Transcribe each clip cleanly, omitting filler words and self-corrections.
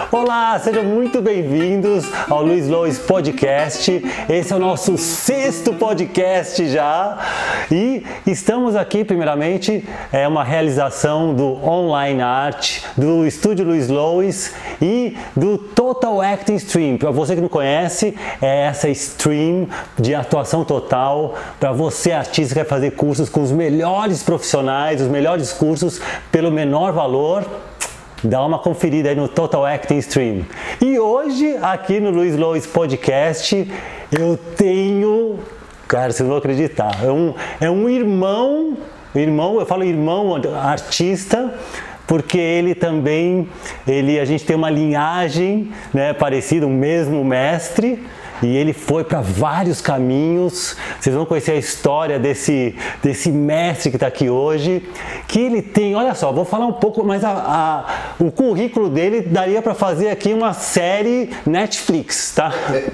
Olá, sejam muito bem-vindos ao Luiz Lois Podcast. Esse é o nosso 6º podcast já. E estamos aqui, primeiramente, é uma realização do Online Art, do Estúdio Luiz Lois e do Total Acting Stream. Para você que não conhece, é essa stream de atuação total para você, artista, que quer fazer cursos com os melhores profissionais, os melhores cursos pelo menor valor. Dá uma conferida aí no Total Acting Stream. E hoje, aqui no Luiz Lois Podcast, eu tenho... Cara, vocês não vão acreditar. É um irmão, eu falo irmão artista, porque ele também, a gente tem uma linhagem, né, parecida, o mesmo mestre, e ele foi para vários caminhos. Vocês vão conhecer a história desse mestre que está aqui hoje, que ele tem, olha só, vou falar um pouco, mas o currículo dele daria para fazer aqui uma série Netflix, tá?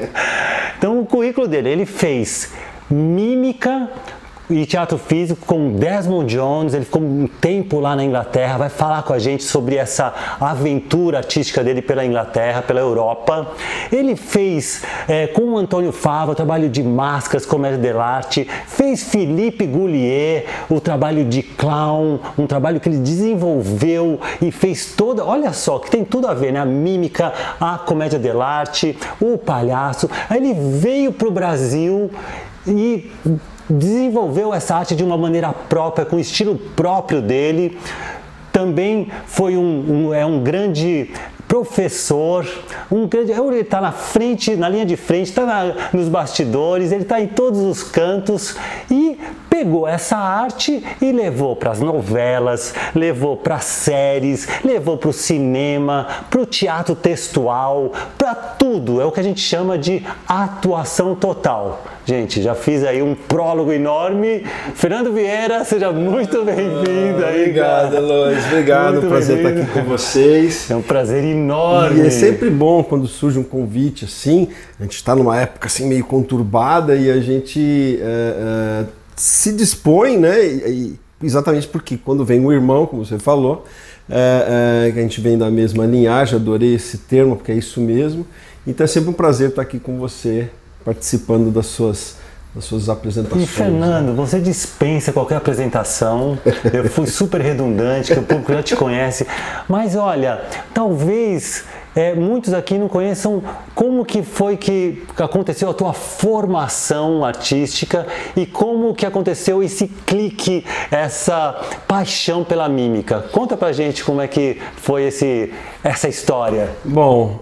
Então o currículo dele, ele fez mímica e teatro físico com Desmond Jones. Ele ficou um tempo lá na Inglaterra, vai falar com a gente sobre essa aventura artística dele pela Inglaterra, pela Europa. Ele fez com o Antônio Fava o trabalho de máscaras, comédia dell'arte, fez Philippe Goulier, o trabalho de clown, um trabalho que ele desenvolveu e fez toda, olha só, que tem tudo a ver, né? A mímica, a comédia dell'arte, o palhaço. Aí ele veio para o Brasil e desenvolveu essa arte de uma maneira própria, com o estilo próprio dele. Também foi um grande professor, ele está na frente, na linha de frente, está nos bastidores, ele está em todos os cantos e pegou essa arte e levou para as novelas, levou para séries, levou para o cinema, para o teatro textual, para tudo. É o que a gente chama de atuação total. Gente, já fiz aí um prólogo enorme. Fernando Vieira, seja muito bem-vindo aí. Obrigado, Lois. Obrigado, muito prazer estar aqui com vocês. É um prazer enorme. E é sempre bom quando surge um convite assim. A gente está numa época assim meio conturbada e a gente se dispõe, né? Exatamente porque quando vem um irmão, como você falou, que a gente vem da mesma linhagem, adorei esse termo, porque é isso mesmo. Então é sempre um prazer estar aqui com você, participando das suas apresentações. E Fernando, você dispensa qualquer apresentação. Eu fui super redundante, que o público já te conhece. Mas olha, talvez muitos aqui não conheçam como que foi que aconteceu a tua formação artística e como que aconteceu esse clique, essa paixão pela mímica. Conta pra gente como é que foi essa história. Bom,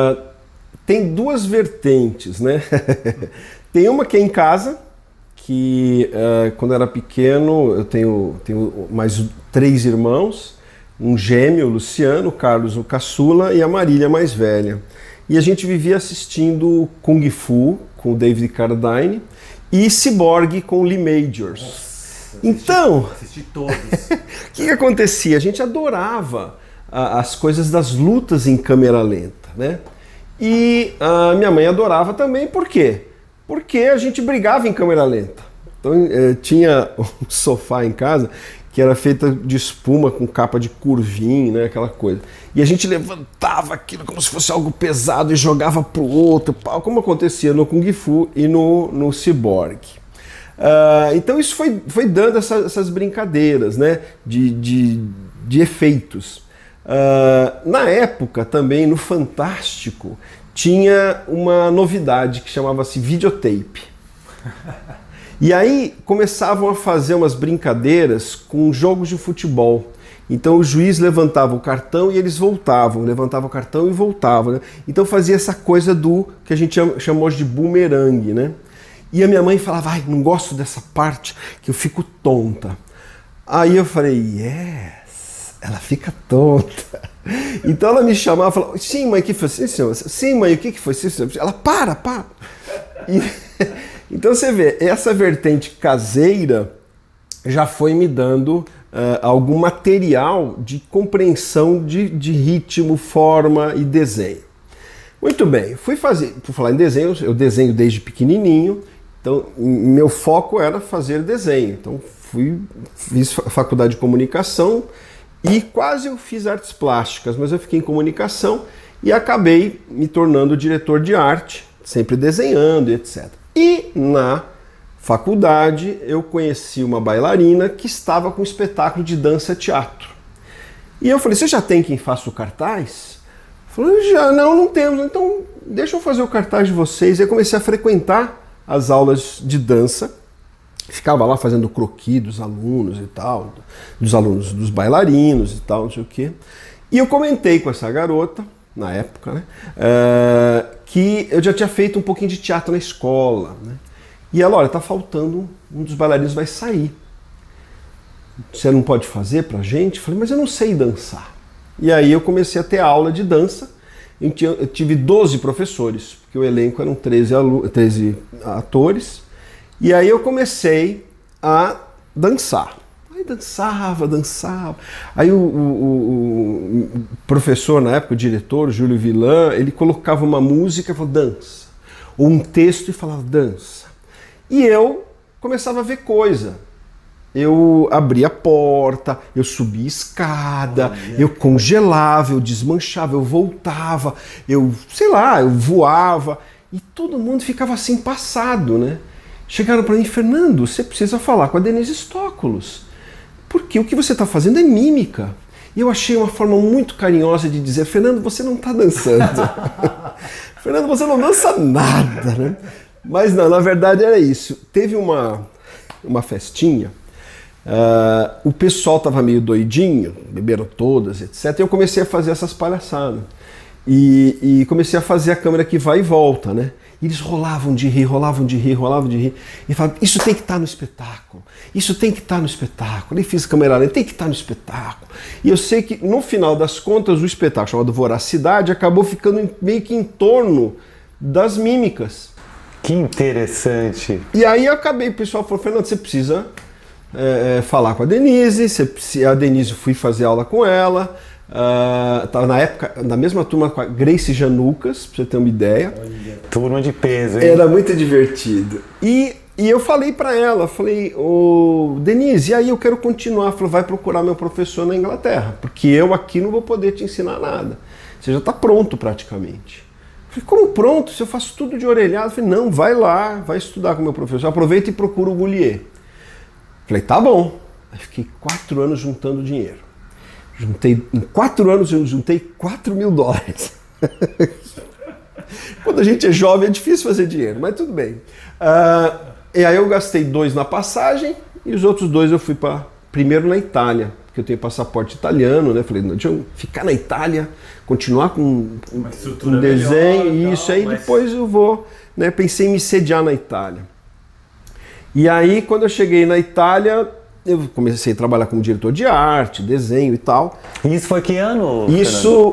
tem duas vertentes, né? Tem uma que é em casa, que quando eu era pequeno, eu tenho mais 3 irmãos, um gêmeo, o Luciano, o Carlos, o caçula, e a Marília, mais velha. E a gente vivia assistindo Kung Fu, com o David Carradine, e Cyborg, com o Lee Majors. Nossa, então, assisti todos. O que acontecia? A gente adorava as coisas das lutas em câmera lenta, né? E a minha mãe adorava também, por quê? Porque a gente brigava em câmera lenta. Então tinha um sofá em casa que era feito de espuma com capa de curvinho, né, aquela coisa. E a gente levantava aquilo como se fosse algo pesado e jogava pro outro, como acontecia no Kung Fu e no Cyborg. Então isso foi dando essas brincadeiras, né, de efeitos. Na época também, no Fantástico, tinha uma novidade que chamava-se videotape. E aí começavam a fazer umas brincadeiras com jogos de futebol. Então o juiz levantava o cartão e eles voltavam, levantava o cartão e voltavam, né? Então fazia essa coisa do que a gente chamou hoje de bumerangue, né? E a minha mãe falava, ai, não gosto dessa parte que eu fico tonta. Aí eu falei, yes, ela fica tonta. Então ela me chamava e falava, sim, mãe, o que foi? Sim, mãe, o que foi? Ela, para. Então você vê, essa vertente caseira já foi me dando algum material de compreensão de ritmo, forma e desenho. Muito bem, por falar em desenho, eu desenho desde pequenininho, então meu foco era fazer desenho. Então fiz faculdade de comunicação e quase eu fiz artes plásticas, mas eu fiquei em comunicação e acabei me tornando diretor de arte, sempre desenhando e etc. E na faculdade eu conheci uma bailarina que estava com um espetáculo de dança-teatro. E eu falei, você já tem quem faça o cartaz? Falei, já, não temos, então deixa eu fazer o cartaz de vocês. E eu comecei a frequentar as aulas de dança, ficava lá fazendo croquis dos alunos e tal, dos alunos, dos bailarinos e tal, não sei o quê. E eu comentei com essa garota, na época, né, que eu já tinha feito um pouquinho de teatro na escola, né? E ela, olha, tá faltando, um dos bailarinos vai sair. Você não pode fazer pra gente? Eu falei, mas eu não sei dançar. E aí eu comecei a ter aula de dança. Eu tive 12 professores, porque o elenco eram 13 atores. E aí eu comecei a dançar. Aí dançava. Aí o professor, na época, o diretor, Júlio Vilan, ele colocava uma música e falava, dança. Ou um texto e falava, dança. E eu começava a ver coisa. Eu abria a porta, eu subia escada, eu congelava, eu desmanchava, eu voltava, eu voava. E todo mundo ficava assim passado, né? Chegaram para mim, Fernando, você precisa falar com a Denise Stóculos, porque o que você está fazendo é mímica. E eu achei uma forma muito carinhosa de dizer, Fernando, você não está dançando. Fernando, você não dança nada, né? Mas não, na verdade era isso. Teve uma festinha, o pessoal estava meio doidinho, beberam todas, etc. E eu comecei a fazer essas palhaçadas. E comecei a fazer a câmera que vai e volta, né? E eles rolavam de rir. E falavam, isso tem que estar no espetáculo. Isso tem que estar no espetáculo. E fiz câmera lenta, tem que estar no espetáculo. E eu sei que, no final das contas, o espetáculo chamado Voracidade acabou ficando meio que em torno das mímicas. Que interessante. E aí eu acabei, o pessoal falou, Fernando, você precisa falar com a Denise. A Denise, fui fazer aula com ela. Estava na época, na mesma turma com a Grace Janucas, pra você ter uma ideia. Turma de peso, hein? Era muito divertido. E eu falei para ela, falei, Denise, e aí eu quero continuar. Ela falou, vai procurar meu professor na Inglaterra, porque eu aqui não vou poder te ensinar nada. Você já está pronto praticamente. Eu falei, como pronto? Se eu faço tudo de orelhada? Eu falei, não, vai lá, vai estudar com o meu professor, aproveita e procura o Goulier. Falei, tá bom. Aí fiquei 4 anos juntando dinheiro. Em 4 anos eu juntei $4.000. Quando a gente é jovem é difícil fazer dinheiro, mas tudo bem. E aí eu gastei 2 na passagem e os outros 2 eu fui primeiro na Itália, porque eu tenho passaporte italiano, né? Falei, não, deixa eu ficar na Itália, continuar com um desenho e isso aí, depois eu vou, né? Pensei em me sediar na Itália. E aí quando eu cheguei na Itália, eu comecei a trabalhar como diretor de arte, desenho e tal. E isso foi que ano, Isso,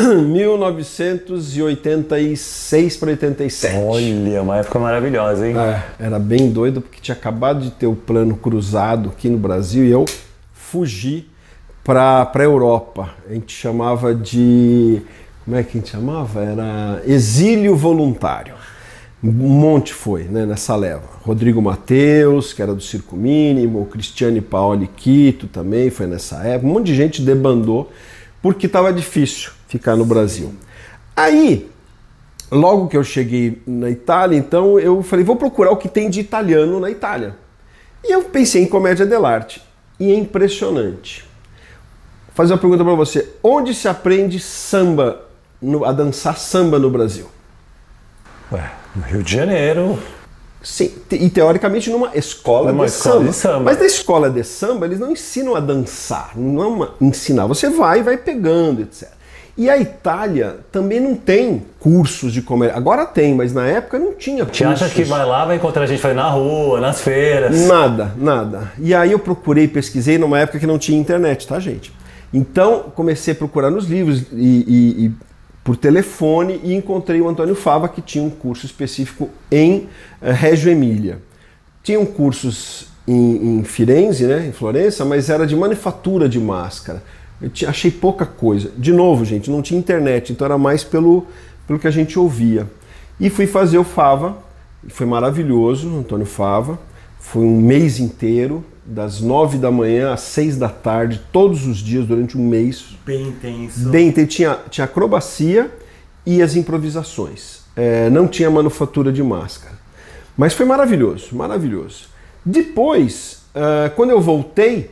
1986 para 87. Olha, uma época maravilhosa, hein? Era bem doido, porque tinha acabado de ter o plano cruzado aqui no Brasil e eu fugi para a Europa. A gente chamava de... Como é que a gente chamava? Era exílio voluntário. Um monte foi, né, nessa leva. Rodrigo Mateus, que era do Circo Mínimo, Cristiane Paoli Quito também foi nessa época. Um monte de gente debandou porque estava difícil ficar no Brasil. Aí, logo que eu cheguei na Itália, então eu falei, vou procurar o que tem de italiano na Itália. E eu pensei em comédia dell'arte. E é impressionante. Vou fazer uma pergunta para você. Onde se aprende samba, a dançar samba no Brasil? Ué, no Rio de Janeiro. Sim, e teoricamente numa escola de samba. Mas na escola de samba eles não ensinam a dançar, não é ensinar. Você vai pegando, etc. E a Itália também não tem cursos de comédia. Agora tem, mas na época não tinha cursos. Você acha que vai lá, vai encontrar a gente na rua, nas feiras? Nada. E aí eu procurei, pesquisei numa época que não tinha internet, tá, gente? Então comecei a procurar nos livros e por telefone e encontrei o Antônio Fava, que tinha um curso específico em Reggio Emília. Tinham cursos em Firenze, né, em Florença, mas era de manufatura de máscara. Achei pouca coisa. De novo, gente, não tinha internet, então era mais pelo que a gente ouvia. E fui fazer o Fava, foi maravilhoso, Antônio Fava. Foi um mês inteiro, das 9 da manhã às 6 da tarde, todos os dias, durante um mês. Bem intenso. Bem intenso. Tinha acrobacia e as improvisações. Não tinha manufatura de máscara. Mas foi maravilhoso, maravilhoso. Depois, quando eu voltei,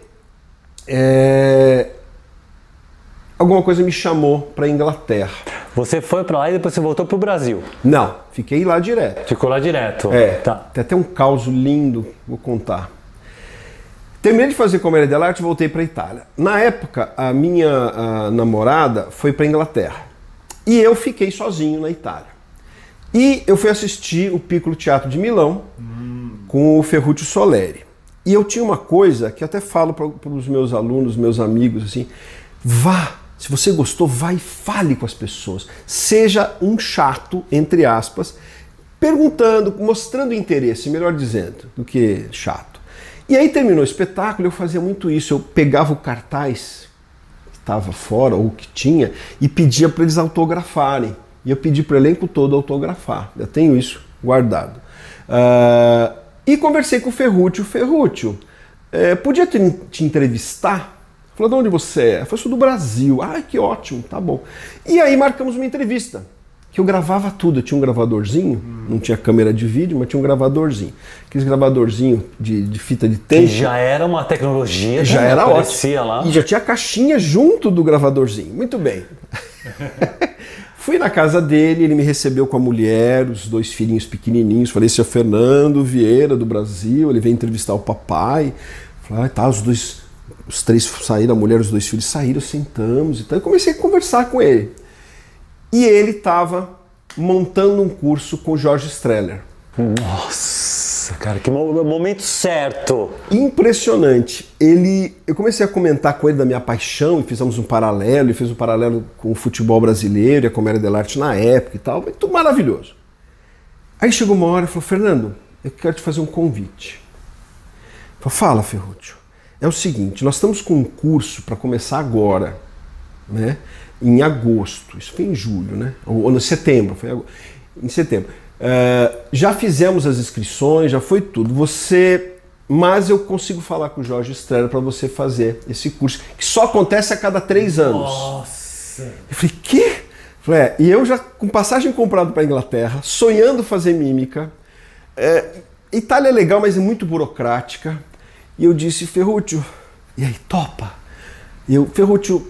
alguma coisa me chamou para a Inglaterra. Você foi para lá e depois você voltou para o Brasil? Não, fiquei lá direto. Ficou lá direto? Tá. Tem até um caos lindo, vou contar. Terminei de fazer Commedia dell'arte e voltei para a Itália. Na época, a minha namorada foi para a Inglaterra. E eu fiquei sozinho na Itália. E eu fui assistir o Piccolo Teatro de Milão com o Ferruccio Soleri. E eu tinha uma coisa que eu até falo para os meus alunos, meus amigos, assim, vá, se você gostou, vá e fale com as pessoas. Seja um chato, entre aspas, perguntando, mostrando interesse, melhor dizendo, do que chato. E aí terminou o espetáculo, eu fazia muito isso, eu pegava o cartaz que estava fora, ou que tinha, e pedia para eles autografarem. E eu pedi para o elenco todo autografar. Eu tenho isso guardado. E conversei com o Ferruccio. Ferruccio, podia te entrevistar? Falou, de onde você é? Eu falei, sou do Brasil. Ah, que ótimo, tá bom. E aí marcamos uma entrevista, que eu gravava tudo. Eu tinha um gravadorzinho, não tinha câmera de vídeo, mas tinha um gravadorzinho. Aqueles gravadorzinho de fita de tape. Já era uma tecnologia, já era ótimo. Lá. E já tinha caixinha junto do gravadorzinho. Muito bem. Fui na casa dele, ele me recebeu com a mulher, os 2 filhinhos pequenininhos. Falei, esse é o Fernando Vieira, do Brasil, ele veio entrevistar o papai. Falei, tá, os 3 saíram, a mulher, os 2 filhos saíram, sentamos e tal. Eu comecei a conversar com ele. E ele estava montando um curso com o Jorge Streller. Nossa, cara, que momento certo! Impressionante. Eu comecei a comentar com ele da minha paixão e fizemos um paralelo, e fez um paralelo com o futebol brasileiro e a Commedia dell'arte na época e tal. Tudo maravilhoso. Aí chegou uma hora e falou, Fernando, eu quero te fazer um convite. Eu falei, fala, Ferruccio. É o seguinte, nós estamos com um curso para começar agora, né? Em agosto, isso foi em julho, né? Ou em setembro, em setembro. Já fizemos as inscrições, já foi tudo. Mas eu consigo falar com o Jorge Streller para você fazer esse curso, que só acontece a cada 3 anos. Nossa! Eu falei, quê? E eu já com passagem comprada para a Inglaterra, sonhando fazer mímica. Itália é legal, mas é muito burocrática. E eu disse, Ferruccio, e aí, topa? E eu, Ferruccio,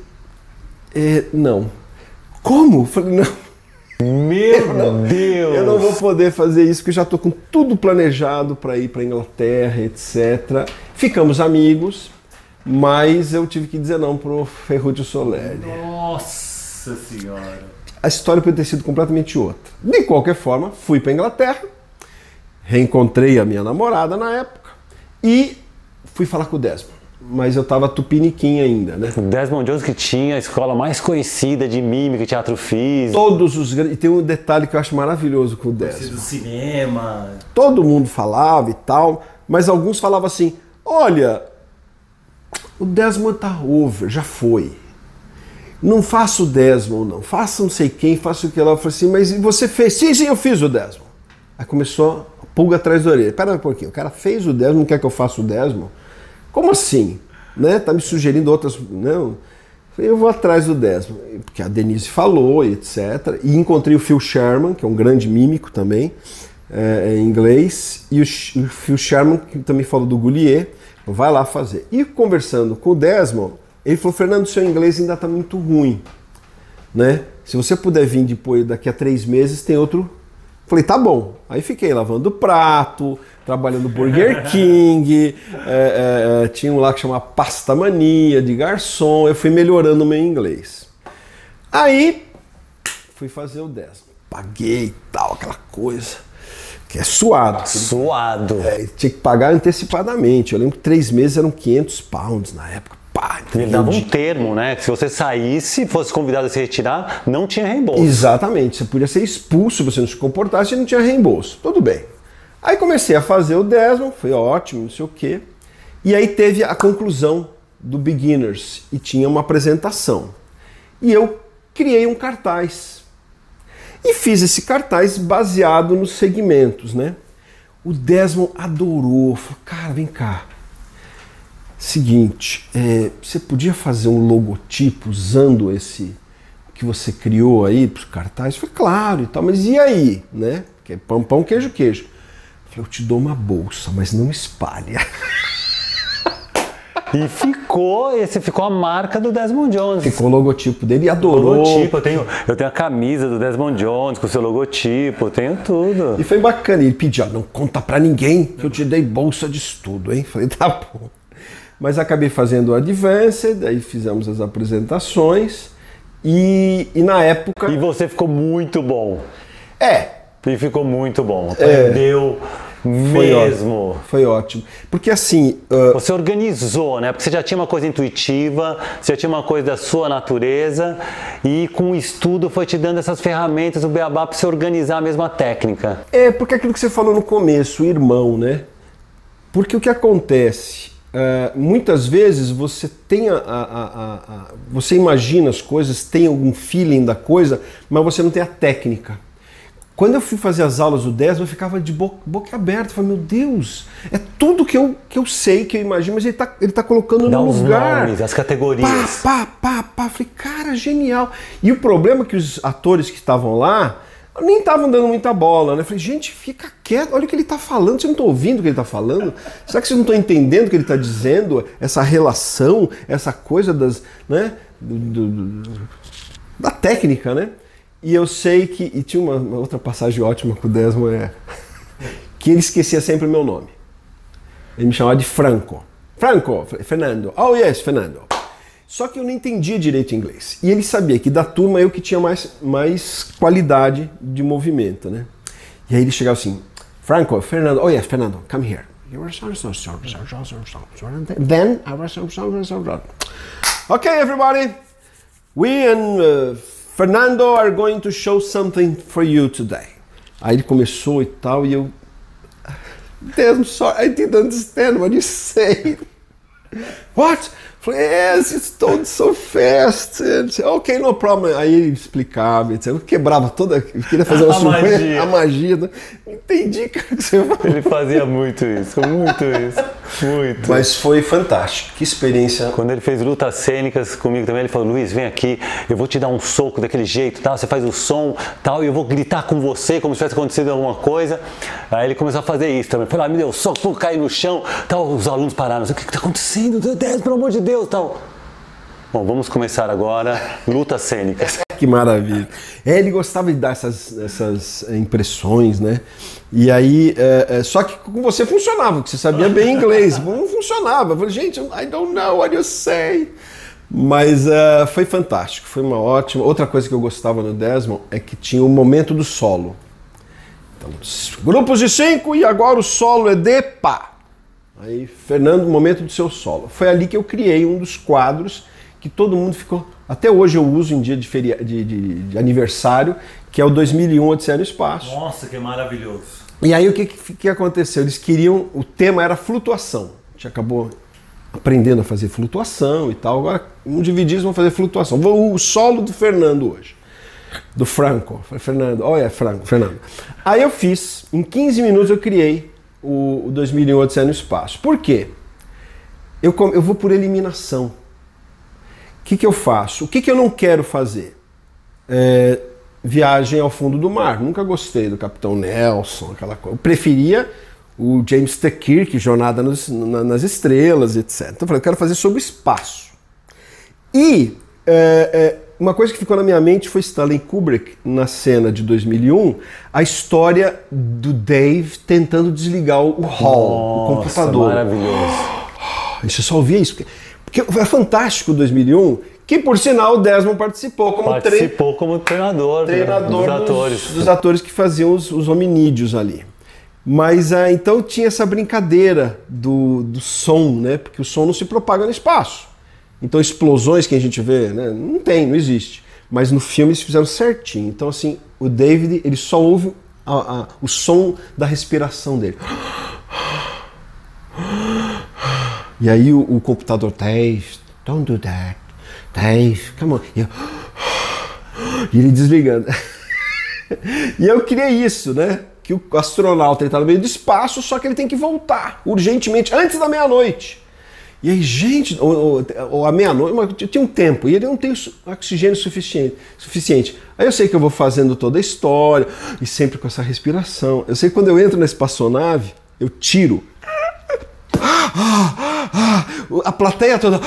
não. Como? Eu falei, não. Meu Deus! Eu não vou poder fazer isso, porque eu já estou com tudo planejado para ir para a Inglaterra, etc. Ficamos amigos, mas eu tive que dizer não pro Ferruccio Soleri. Nossa Senhora! A história poderia ter sido completamente outra. De qualquer forma, fui para a Inglaterra, reencontrei a minha namorada na época e fui falar com o Desmond. Mas eu estava tupiniquim ainda, né? O Desmond Jones, que tinha a escola mais conhecida de mímica e teatro físico. Todos os grandes... E tem um detalhe que eu acho maravilhoso com o Desmond. Do cinema. Todo mundo falava e tal, mas alguns falavam assim, olha, o Desmond tá over, já foi. Não faça o Desmond, não. Faça não sei quem, faça o que lá. Eu falei assim, mas você fez? Sim, eu fiz o Desmond. Aí começou a pulga atrás da orelha. Pera um pouquinho, o cara fez o Desmond, não quer que eu faça o Desmond? Como assim? Né? Tá me sugerindo outras... Não. Eu vou atrás do Desmond, porque a Denise falou, etc. E encontrei o Phil Sherman, que é um grande mímico também, em inglês, e o Phil Sherman, que também falou do Goulier, vai lá fazer. E conversando com o Desmond, ele falou, Fernando, seu inglês ainda está muito ruim, né? Se você puder vir depois, daqui a 3 meses, tem outro... Falei, tá bom. Aí fiquei lavando prato, trabalhando no Burger King, tinha um lá que chamava Pasta Mania, de garçom, eu fui melhorando o meu inglês. Aí, fui fazer o Desmond. Paguei e tal, aquela coisa, que é suado. Suado. Tinha que pagar antecipadamente. Eu lembro que 3 meses eram 500 pounds na época. Ele dava um termo, né? Que se você saísse, fosse convidado a se retirar, não tinha reembolso. Exatamente. Você podia ser expulso se você não se comportasse e não tinha reembolso. Tudo bem. Aí comecei a fazer o Desmond, foi ótimo, não sei o quê. E aí teve a conclusão do Beginners e tinha uma apresentação. E eu criei um cartaz. E fiz esse cartaz baseado nos segmentos, né? O Desmond adorou. Falou, cara, vem cá. Seguinte, você podia fazer um logotipo usando esse que você criou aí para os cartazes? Eu falei, claro e tal, mas e aí, né? Que é pão, pão, queijo, queijo. Eu falei, eu te dou uma bolsa, mas não espalha. E ficou a marca do Desmond Jones. Ficou o logotipo dele e adorou. Logotipo, eu tenho a camisa do Desmond Jones com o seu logotipo, eu tenho tudo. E foi bacana, ele pediu, não conta pra ninguém que eu te dei bolsa de estudo, hein? Falei, tá bom. Mas acabei fazendo o Advanced, aí fizemos as apresentações e na época... E você ficou muito bom. E ficou muito bom. Aprendeu mesmo. Foi ótimo. Porque assim... Você organizou, né? Porque você já tinha uma coisa intuitiva, você já tinha uma coisa da sua natureza e com o estudo foi te dando essas ferramentas, o beabá, para você organizar a mesma técnica. Porque aquilo que você falou no começo, o irmão, né? Porque o que acontece... muitas vezes você tem você imagina as coisas, tem algum feeling da coisa, mas você não tem a técnica. Quando eu fui fazer as aulas do Desmond, eu ficava de boca aberta. Eu falei, meu Deus, é tudo que eu sei, que eu imagino, mas ele tá colocando no lugar. Nomes, as categorias. Falei, cara, genial. E o problema é que os atores que estavam lá nem estavam dando muita bola, né? Eu falei, gente, fica quieto, olha o que ele está falando, vocês não estão ouvindo o que ele está falando? Será que vocês não estão entendendo o que ele está dizendo? Essa relação, essa coisa das, né? Da técnica, né? E eu sei que... E tinha uma outra passagem ótima com o Desmond, que ele esquecia sempre o meu nome. Ele me chamava de Franco. Franco, Fernando. Oh, yes, Fernando. Só que eu não entendia direito inglês. E ele sabia que da turma eu que tinha mais qualidade de movimento, né? E aí ele chegava assim, Franco, Fernando, oh yes, Fernando, come here. Then I was okay, everybody, we and Fernando are going to show something for you today. Aí ele começou e tal, e eu... Damn, sorry, I didn't understand what you said. What? Yes, it's told so fast. Ok, no problem. Aí ele explicava, etc. Eu quebrava toda. Eu queria fazer a magia. Não entendi, cara, o que você falou. Ele fazia muito isso. Muito. Mas foi fantástico. Que experiência. Quando ele fez lutas cênicas comigo também, ele falou, Luiz, vem aqui, eu vou te dar um soco daquele jeito, tal, você faz o som, tal, e eu vou gritar com você como se tivesse acontecido alguma coisa. Aí ele começou a fazer isso também. Foi lá, me deu soco, caí no chão, tal, os alunos pararam. O que está acontecendo? Pelo amor de Deus, tal. Bom, vamos começar agora, lutas cênicas. Que maravilha. Ele gostava de dar essas impressões, né? E aí, só que com você funcionava, porque você sabia bem inglês. Não funcionava. Eu falei, gente, I don't know what you say. Mas foi fantástico, foi uma ótima. Outra coisa que eu gostava no Desmond é que tinha o momento do solo. Então, grupos de 5 e agora o solo é de pá. Aí, Fernando, momento do seu solo. Foi ali que eu criei um dos quadros que todo mundo ficou... Até hoje eu uso em dia de aniversário, que é o 2001 Odisseia no Espaço. Nossa, que maravilhoso. E aí o que aconteceu? Eles queriam... O tema era flutuação. A gente acabou aprendendo a fazer flutuação e tal. Agora, no dividismo, vamos fazer flutuação. O solo do Fernando hoje. Do Franco. Fernando. Olha, Franco, Fernando. Aí eu fiz, em 15 minutos eu criei o 2001 Odisseia no Espaço. Por quê? Eu vou por eliminação. O que eu faço? O que eu não quero fazer? Viagem ao fundo do mar. Nunca gostei do Capitão Nelson, aquela coisa. Eu preferia o James T. Kirk, Jornada nas Estrelas, etc. Então eu falei, eu quero fazer sobre espaço. E uma coisa que ficou na minha mente foi Stanley Kubrick, na cena de 2001, a história do Dave tentando desligar o HAL, o computador. Maravilhoso. Você só ouvia isso. Porque é fantástico o 2001, que por sinal o Desmond participou como treinador dos atores que faziam os hominídeos ali. Mas então tinha essa brincadeira do som, né? Porque o som não se propaga no espaço. Então explosões que a gente vê, né? Não existe. Mas no filme eles fizeram certinho. Então assim, o David, ele só ouve o som da respiração dele. E aí o computador, Dave, don't do that. Dave, come on. E ele desligando. E eu queria isso, né? Que o astronauta está no meio do espaço, só que ele tem que voltar urgentemente, antes da meia-noite. E aí, gente, ou à meia-noite, tinha um tempo, e ele não tem oxigênio suficiente. Aí eu sei que eu vou fazendo toda a história, e sempre com essa respiração. Eu sei que quando eu entro na espaçonave, eu tiro. A plateia toda...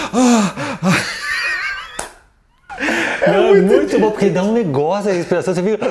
É muito bom, porque dá um negócio a respiração, você fica...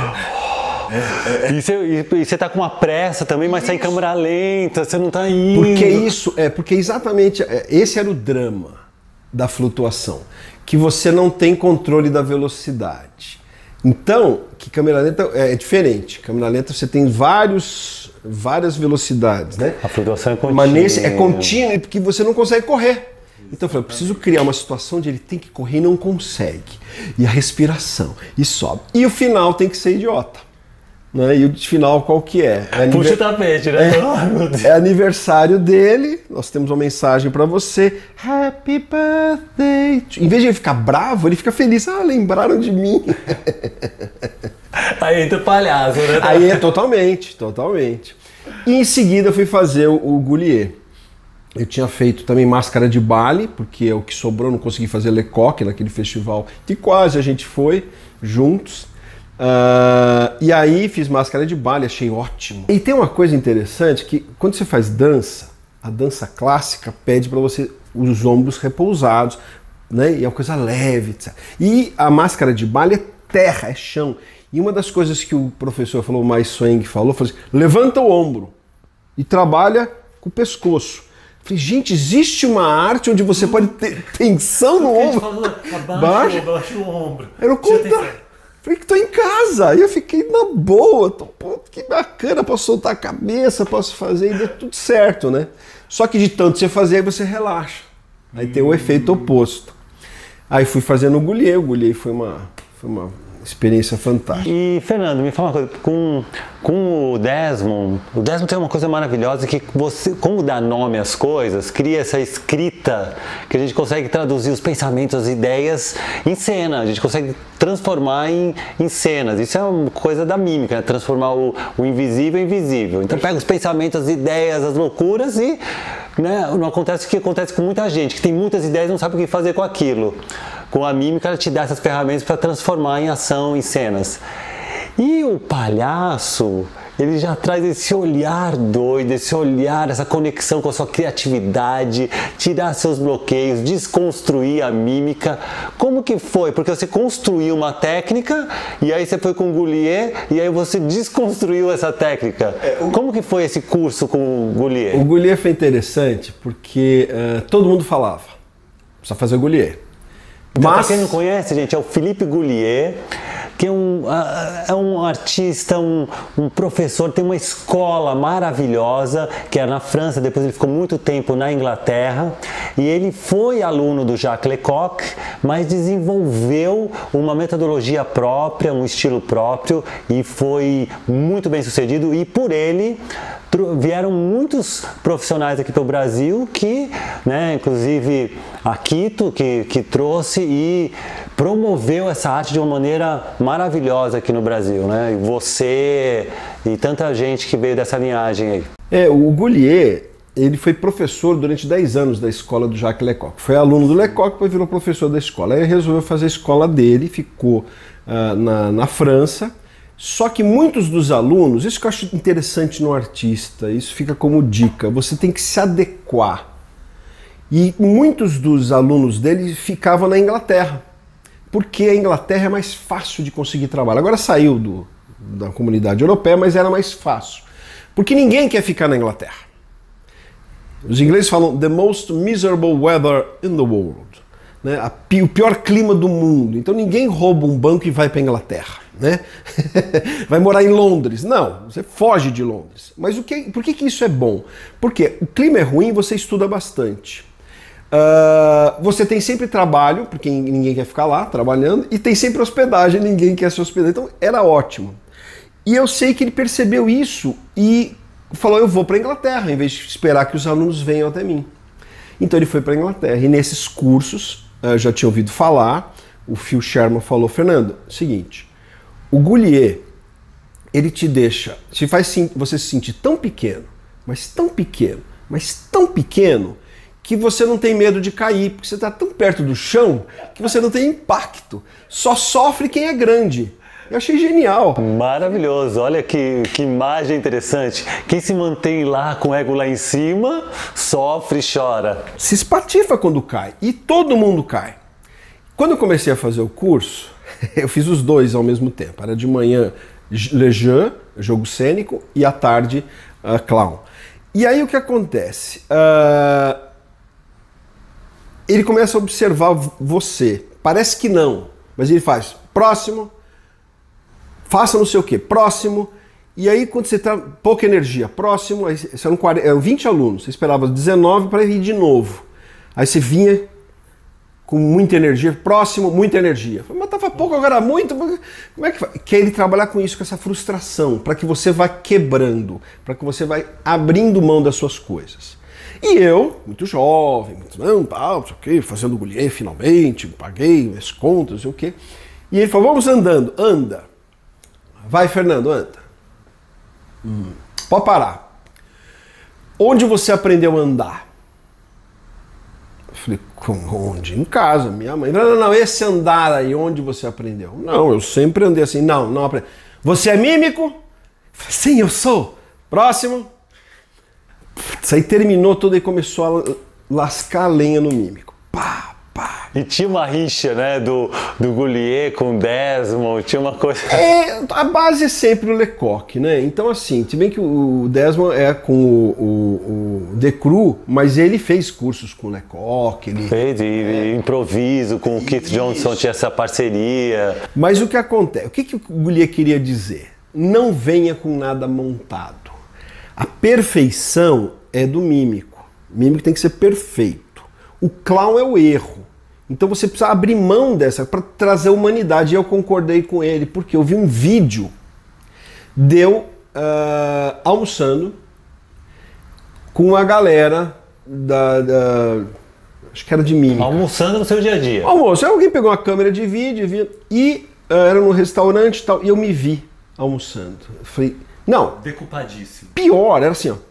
E você tá com uma pressa também, mas sai em câmera lenta, você não tá indo. Porque exatamente esse era o drama da flutuação, que você não tem controle da velocidade. Então, que câmera lenta é diferente. Câmera lenta você tem várias velocidades, né? A flutuação é contínua. Mas nesse é contínuo porque você não consegue correr. Então eu falei, eu preciso criar uma situação onde ele tem que correr e não consegue. E a respiração, e sobe. E o final tem que ser idiota. Né? E o final qual que é? Puxa o tapete, né? É aniversário dele, nós temos uma mensagem para você. Happy birthday. Em vez de ele ficar bravo, ele fica feliz. Ah, lembraram de mim. Aí entra o palhaço, né? Aí é totalmente. E em seguida eu fui fazer o Goulier. Eu tinha feito também Máscara de Baile, porque é o que sobrou, não consegui fazer Lecoq naquele festival que quase a gente foi juntos. E aí fiz Máscara de Baile, achei ótimo. E tem uma coisa interessante que quando você faz dança, a dança clássica pede para você os ombros repousados, né? E é uma coisa leve, etc. E a Máscara de Baile é terra, é chão. E uma das coisas que o professor falou, o Mais Swing falou assim, levanta o ombro e trabalha com o pescoço. Falei, gente, existe uma arte onde você pode ter tensão no ombro. Abaixa o ombro. Eu não conto. Falei que tô em casa. Aí eu fiquei na boa. Pô, que bacana, posso soltar a cabeça, posso fazer e deu tudo certo, né? Só que de tanto você fazer, aí você relaxa. Aí tem o efeito oposto. Aí fui fazendo o Goulier. O Goulier foi uma experiência fantástica. E, Fernando, me fala uma coisa, com o Desmond tem uma coisa maravilhosa que você, como dá nome às coisas, cria essa escrita que a gente consegue traduzir os pensamentos, as ideias em cena, a gente consegue transformar em cenas. Isso é uma coisa da mímica, né? Transformar o invisível em visível. Então pega os pensamentos, as ideias, as loucuras e né, não acontece o que acontece com muita gente, que tem muitas ideias e não sabe o que fazer com aquilo. Com a mímica, ela te dá essas ferramentas para transformar em ação, em cenas. E o palhaço, ele já traz esse olhar doido, esse olhar, essa conexão com a sua criatividade, tirar seus bloqueios, desconstruir a mímica. Como que foi? Porque você construiu uma técnica e aí você foi com o Goulier e aí você desconstruiu essa técnica. Como que foi esse curso com o Goulier? O Goulier foi interessante porque todo mundo falava, precisa fazer o Goulier. Então, para quem não conhece, gente, é o Philippe Goulier, que é um artista, um professor, tem uma escola maravilhosa, que é na França, depois ele ficou muito tempo na Inglaterra, e ele foi aluno do Jacques Lecoq, mas desenvolveu uma metodologia própria, um estilo próprio, e foi muito bem sucedido, e por ele vieram muitos profissionais aqui para o Brasil que, né, inclusive a Quito, que trouxe e promoveu essa arte de uma maneira maravilhosa aqui no Brasil, né? E você e tanta gente que veio dessa linhagem aí. O Goulier, ele foi professor durante 10 anos da escola do Jacques Lecoq. Foi aluno do Lecoq, depois virou professor da escola. Aí ele resolveu fazer a escola dele, ficou na França. Só que muitos dos alunos, isso que eu acho interessante no artista, isso fica como dica, você tem que se adequar. E muitos dos alunos dele ficavam na Inglaterra, porque a Inglaterra é mais fácil de conseguir trabalho. Agora saiu da comunidade europeia, mas era mais fácil. Porque ninguém quer ficar na Inglaterra. Os ingleses falam the most miserable weather in the world. Né? O pior clima do mundo. Então ninguém rouba um banco e vai para a Inglaterra. Né? Vai morar em Londres. Não, você foge de Londres. Mas por que isso é bom? Porque o clima é ruim, você estuda bastante. Você tem sempre trabalho, porque ninguém quer ficar lá trabalhando, e tem sempre hospedagem, ninguém quer se hospedar. Então era ótimo. E eu sei que ele percebeu isso e falou, eu vou para a Inglaterra, em vez de esperar que os alunos venham até mim. Então ele foi para a Inglaterra. E nesses cursos, eu já tinha ouvido falar, o Phil Sherman falou, Fernando, seguinte, o Goulier, ele te deixa, faz você se sentir tão pequeno, mas tão pequeno, mas tão pequeno, que você não tem medo de cair, porque você está tão perto do chão que você não tem impacto. Só sofre quem é grande. Eu achei genial. Maravilhoso, olha que imagem interessante. Quem se mantém lá com o ego lá em cima, sofre e chora. Se espatifa quando cai, e todo mundo cai. Quando eu comecei a fazer o curso, eu fiz os dois ao mesmo tempo. Era de manhã Le Jeu, jogo cênico, e à tarde clown. E aí o que acontece? Ele começa a observar você. Parece que não, mas ele faz próximo, faça não sei o que, próximo, e aí quando você está pouca energia, próximo, aí eram 20 alunos, você esperava 19 para ir de novo. Aí você vinha com muita energia, próximo, muita energia. Mas estava pouco, agora muito. Como é que faz? Quer ele trabalhar com isso, com essa frustração, para que você vá quebrando, para que você vá abrindo mão das suas coisas. E eu, muito jovem, não sei o quê, fazendo gulhê finalmente, paguei as contas, não sei o quê. E ele falou, vamos andando, anda. Vai, Fernando, anda. Pode parar. Onde você aprendeu a andar? Eu falei, onde? Em casa, minha mãe. Não, esse andar aí, onde você aprendeu? Não, eu sempre andei assim. Não aprendi. Você é mímico? Eu falei, sim, eu sou. Próximo. Isso aí terminou tudo e começou a lascar a lenha no mímico. Pá. E tinha uma rixa, né, do Goulier com o Desmond, tinha uma coisa... A base é sempre o Lecoq, né? Então assim, se bem que o Desmond é com o Decru, mas ele fez cursos com o Lecoq. Ele fez, e improviso, com o Keith Johnson tinha essa parceria. Mas o que acontece? O que o Goulier queria dizer? Não venha com nada montado. A perfeição é do mímico. O mímico tem que ser perfeito. O clown é o erro. Então você precisa abrir mão dessa para trazer humanidade. E eu concordei com ele, porque eu vi um vídeo deu almoçando com a galera acho que era de mímica. Almoçando no seu dia a dia. Almoço. Aí alguém pegou uma câmera de vídeo e era num restaurante e tal, e eu me vi almoçando. Eu falei, não. Decupadíssimo. Pior, era assim, ó.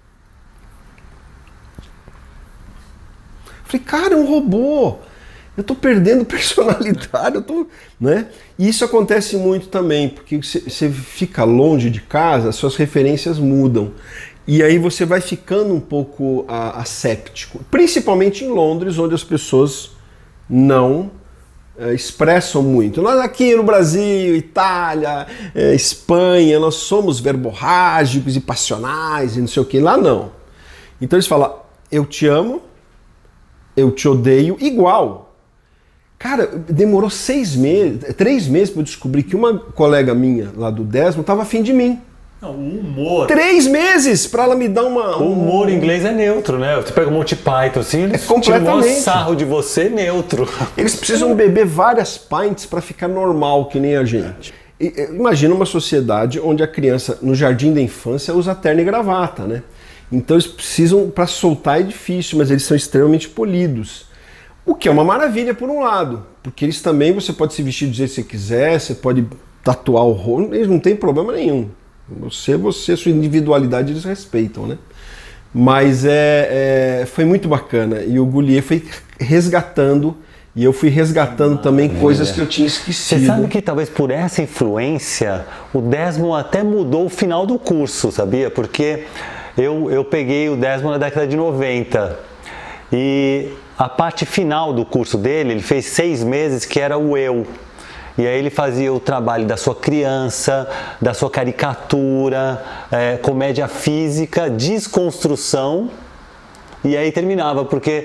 Eu falei, cara, é um robô. Eu tô perdendo personalidade, né? E isso acontece muito também, porque você fica longe de casa, as suas referências mudam. E aí você vai ficando um pouco asséptico. Principalmente em Londres, onde as pessoas não expressam muito. Nós aqui no Brasil, Itália, Espanha, nós somos verborrágicos e passionais e não sei o que. Lá não. Então eles falam, eu te amo, eu te odeio, igual. Cara, demorou 3 meses para eu descobrir que uma colega minha lá do Desmond estava afim de mim. Não, o humor. 3 meses para ela me dar uma... O humor em inglês é neutro, né? Você pega um Monty Python assim, eles tiram um sarro de você neutro. Eles precisam beber várias pints para ficar normal, que nem a gente. Imagina uma sociedade onde a criança, no jardim da infância, usa terno e gravata, né? Então eles precisam, para soltar é difícil, mas eles são extremamente polidos. O que é uma maravilha por um lado, porque eles também, você pode se vestir do jeito que você quiser, você pode tatuar o rosto, eles não tem problema nenhum. Sua individualidade eles respeitam, né? Mas foi muito bacana, e o Goulier foi resgatando, e eu fui resgatando também coisas que eu tinha esquecido. Você sabe que talvez por essa influência, o Desmond até mudou o final do curso, sabia? Porque eu peguei o Desmond na década de 90, e a parte final do curso dele, ele fez 6 meses, que era o eu. E aí ele fazia o trabalho da sua criança, da sua caricatura, comédia física, desconstrução, e aí terminava, porque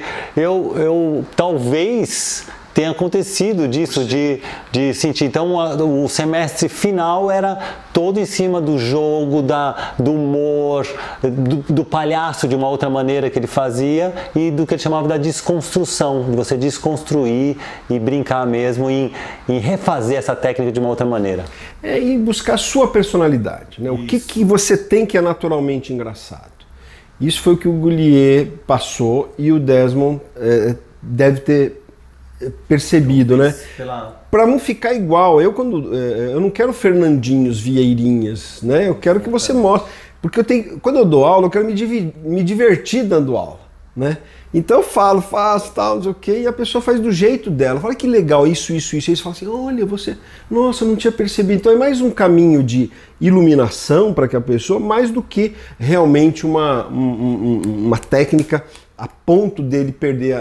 eu talvez tenha acontecido disso, de sentir. Então o semestre final era todo em cima do jogo, do humor, do palhaço de uma outra maneira que ele fazia, e do que ele chamava da desconstrução, de você desconstruir e brincar mesmo em refazer essa técnica de uma outra maneira. E buscar a sua personalidade, né? O que você tem que é naturalmente engraçado. Isso foi o que o Goulier passou, e o Desmond deve ter percebido, né? Para não ficar igual. Eu não quero Fernandinhos, Vieirinhas, né? Eu quero que você mostre, porque quando eu dou aula, eu quero me divertir dando aula, né? Então eu falo, faço, tal, não sei o quê, e a pessoa faz do jeito dela. Fala que legal, isso. E eles falam assim, olha, você... Nossa, eu não tinha percebido. Então é mais um caminho de iluminação para que a pessoa, mais do que realmente uma técnica a ponto dele perder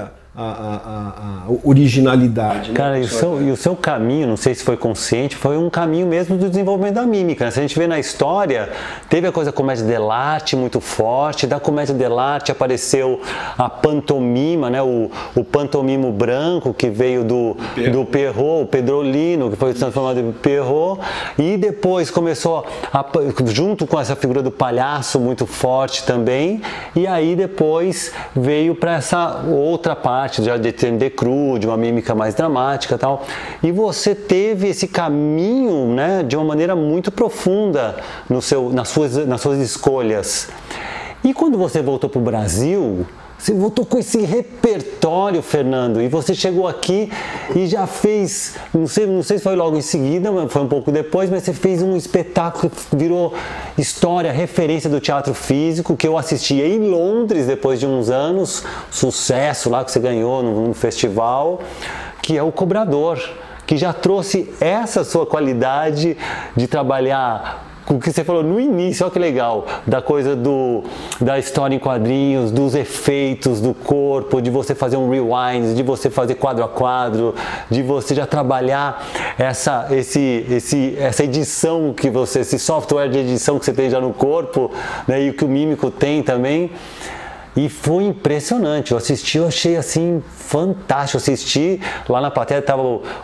a originalidade. Né? Cara, e o seu caminho, não sei se foi consciente, foi um caminho mesmo do desenvolvimento da mímica. Né? Se a gente vê na história, teve a coisa comédia dell'arte muito forte, da comédia dell'arte apareceu a pantomima, né? o pantomimo branco que veio do Perrault, o Pedrolino, que foi transformado em Perrault, e depois começou, junto com essa figura do palhaço muito forte também, e aí depois veio para essa outra parte, já de cru, de uma mímica mais dramática e tal. E você teve esse caminho, né, de uma maneira muito profunda nas suas escolhas. E quando você voltou para o Brasil, você voltou com esse repertório, Fernando, e você chegou aqui e já fez, não sei se foi logo em seguida, mas foi um pouco depois, mas você fez um espetáculo que virou história, referência do teatro físico, que eu assisti em Londres depois de uns anos, sucesso lá que você ganhou num festival, que é O Cobrador, que já trouxe essa sua qualidade de trabalhar o que você falou no início, olha que legal, da coisa da história em quadrinhos, dos efeitos do corpo, de você fazer um rewind, de você fazer quadro a quadro, de você já trabalhar essa edição que você, esse software de edição que você tem já no corpo, né, e o que o mímico tem também. E foi impressionante, eu assisti, eu achei assim fantástico, eu assisti, lá na plateia estava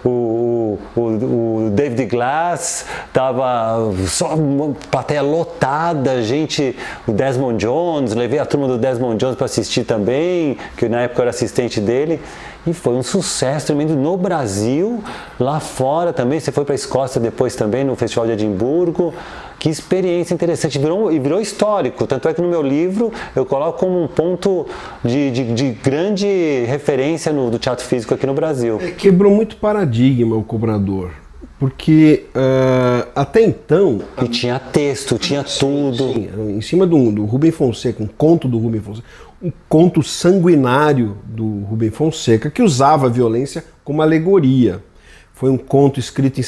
o David Glass, estava só uma plateia lotada, gente, o Desmond Jones, levei a turma do Desmond Jones para assistir também, que na época eu era assistente dele, e foi um sucesso tremendo no Brasil, lá fora também, você foi para a Escócia depois também, no Festival de Edimburgo. Que experiência interessante, virou histórico, tanto é que no meu livro eu coloco como um ponto de grande referência do teatro físico aqui no Brasil. Quebrou muito paradigma O Cobrador, porque até então... E tinha texto, tinha tudo. Sim, em cima do Rubem Fonseca, um conto do Rubem Fonseca, um conto sanguinário do Rubem Fonseca, que usava a violência como alegoria. Foi um conto escrito em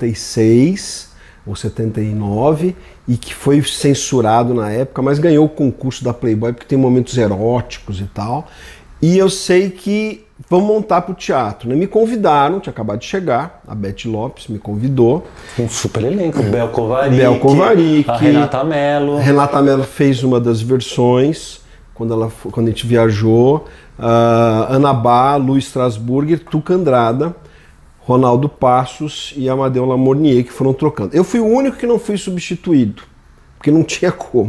76... ou 79, e que foi censurado na época, mas ganhou o concurso da Playboy, porque tem momentos eróticos e tal. E eu sei que vamos montar para o teatro. Né? Me convidaram, tinha acabado de chegar, a Beth Lopes me convidou. Um super elenco, Bel Covaric, a Renata Mello. Renata Mello fez uma das versões, quando a gente viajou. Ana Bá, Lu Strasburger, Tuca Andrada, Ronaldo Passos e Amadeu Lamornier, que foram trocando. Eu fui o único que não fui substituído, porque não tinha como.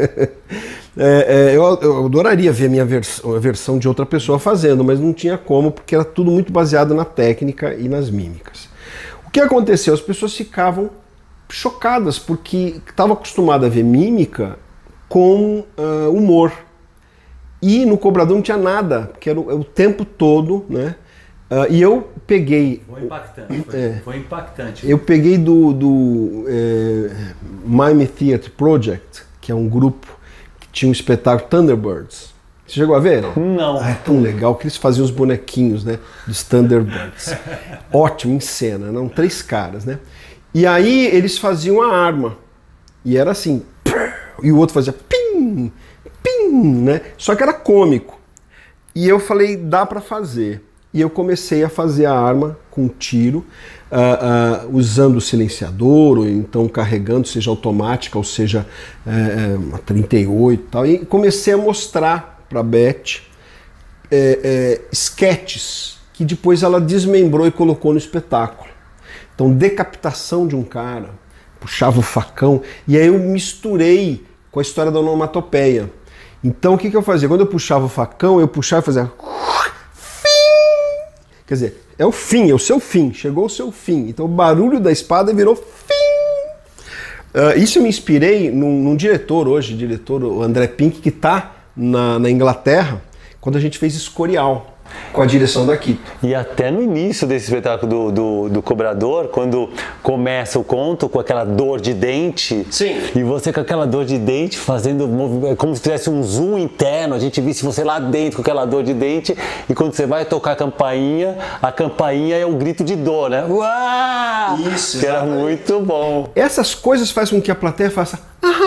Eu adoraria ver a versão de outra pessoa fazendo, mas não tinha como, porque era tudo muito baseado na técnica e nas mímicas. O que aconteceu? As pessoas ficavam chocadas, porque estavam acostumadas a ver mímica com humor. E no Cobrador não tinha nada, porque era o tempo todo, né? E eu peguei... Foi impactante, foi impactante. Eu peguei do Mime Theatre Project, que é um grupo que tinha um espetáculo Thunderbirds. Você chegou a ver? Não. É tão legal que eles faziam os bonequinhos, né, dos Thunderbirds. Ótimo, em cena, eram 3 caras, né? E aí eles faziam a arma. E era assim, e o outro fazia pim, pim, né? Só que era cômico. E eu falei, dá pra fazer. E eu comecei a fazer a arma com tiro, usando o silenciador, ou então carregando, seja automática, ou seja uma 38 e tal. E comecei a mostrar para a Beth sketches que depois ela desmembrou e colocou no espetáculo. Então, decapitação de um cara, puxava o facão, e aí eu misturei com a história da onomatopeia. Então, o que eu fazia? Quando eu puxava o facão, eu puxava e fazia... Quer dizer, é o fim, é o seu fim, chegou o seu fim. Então o barulho da espada virou fim. Isso eu me inspirei num diretor hoje, o André Pink, que está na Inglaterra, quando a gente fez Escorial. Com a direção da Quito. E até no início desse espetáculo do cobrador, quando começa o conto com aquela dor de dente, Sim. E você com aquela dor de dente fazendo como se fizesse um zoom interno, a gente visse você lá dentro com aquela dor de dente, e quando você vai tocar a campainha é o grito de dor, né? Uau! Isso, que era muito bom. Essas coisas fazem com que a plateia faça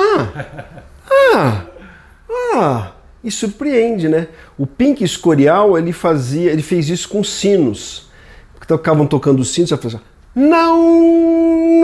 e surpreende, né? O Pink Escorial, ele fez isso com sinos. Porque estavam tocando os sinos, e a pessoa, não,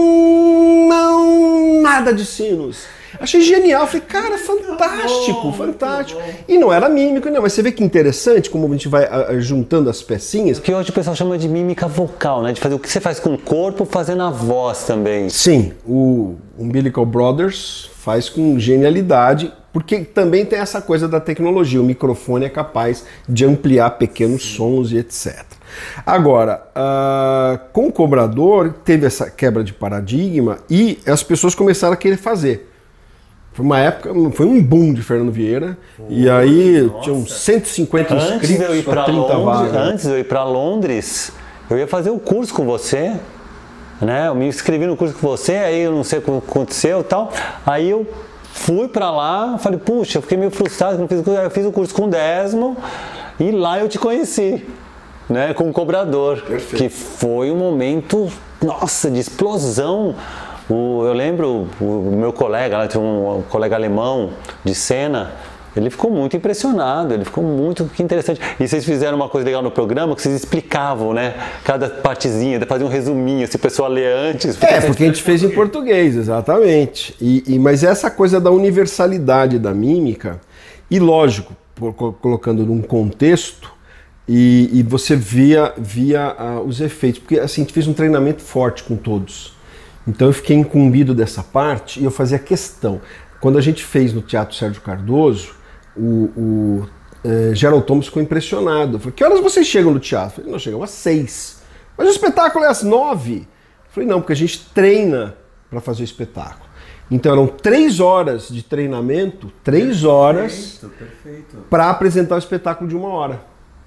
nada de sinos. Achei genial, falei, cara, fantástico, fantástico. E não era mímico, não, mas você vê que interessante como a gente vai juntando as pecinhas. Que hoje o pessoal chama de mímica vocal, né? De fazer o que você faz com o corpo, fazendo a voz também. Sim, o Umbilical Brothers faz com genialidade, porque também tem essa coisa da tecnologia, o microfone é capaz de ampliar pequenos sons e etc. Agora, com o cobrador, teve essa quebra de paradigma e as pessoas começaram a querer fazer. Foi uma época, foi um boom de Fernando Vieira, e aí tinham 150 inscritos para 30 vagas. Antes de eu ir para Londres, eu ia fazer o curso com você, né? Eu me inscrevi no curso com você, aí eu não sei o que aconteceu e tal, aí eu fui para lá, falei, puxa, eu fiquei meio frustrado, eu fiz o curso com o Desmond, e lá eu te conheci, né? Com o cobrador. Perfeito. Que foi um momento, nossa, de explosão. Eu lembro, o meu colega, lá tinha um colega alemão de cena, ele ficou muito impressionado, ele ficou muito interessante. E vocês fizeram uma coisa legal no programa, que vocês explicavam, né? Cada partezinha, faziam um resuminho, se o pessoal lê antes. Porque a gente fez em português, exatamente. Mas essa coisa da universalidade da mímica, e lógico, colocando num contexto, e você via os efeitos, porque assim, a gente fez um treinamento forte com todos. Então eu fiquei incumbido dessa parte e eu fazia questão. Quando a gente fez no Teatro Sérgio Cardoso, o Gerald Thomas ficou impressionado. Falei, que horas vocês chegam no teatro? Eu falei, nós chegamos às 6. Mas o espetáculo é às 9. Eu falei, não, porque a gente treina para fazer o espetáculo. Então eram 3 horas de treinamento, 3 horas para apresentar o espetáculo de 1 hora.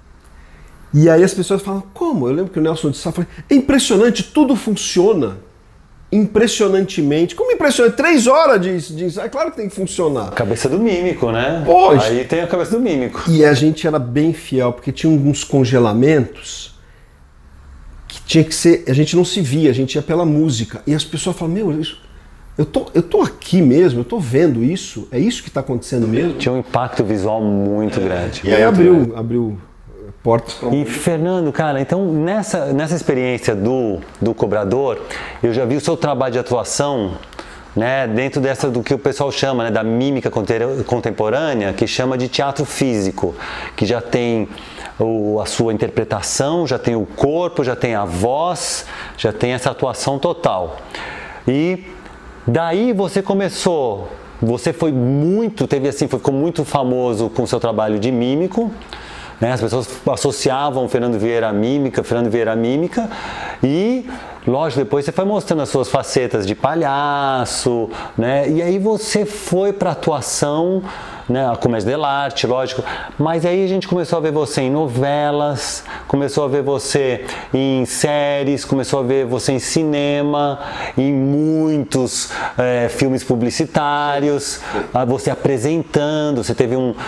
E aí as pessoas falam, como? Eu lembro que o Nelson disse, é impressionante, tudo funciona. Impressionantemente. Como impressionante? 3 horas de ensaio. É claro que tem que funcionar. Cabeça do mímico, né? Poxa. Aí tem a cabeça do mímico. E a gente era bem fiel, porque tinha uns congelamentos que tinha que ser... A gente não se via, a gente ia pela música. E as pessoas falam, eu tô aqui mesmo, eu tô vendo isso, é isso que está acontecendo mesmo? Tinha um impacto visual muito grande. E aí abriu portas para E Fernando, cara, então nessa experiência do cobrador, eu já vi o seu trabalho de atuação, né, dentro do que o pessoal chama, né, da mímica contemporânea, que chama de teatro físico, que já tem a sua interpretação, já tem o corpo, já tem a voz, já tem essa atuação total. E daí você começou, ficou muito famoso com o seu trabalho de mímico, né? As pessoas associavam Fernando Vieira à mímica, e, lógico, depois você foi mostrando as suas facetas de palhaço, né? E aí você foi para atuação, né? A comédia dell'arte, lógico, mas aí a gente começou a ver você em novelas, começou a ver você em séries, começou a ver você em cinema, em muitos filmes publicitários, você apresentando, você teve um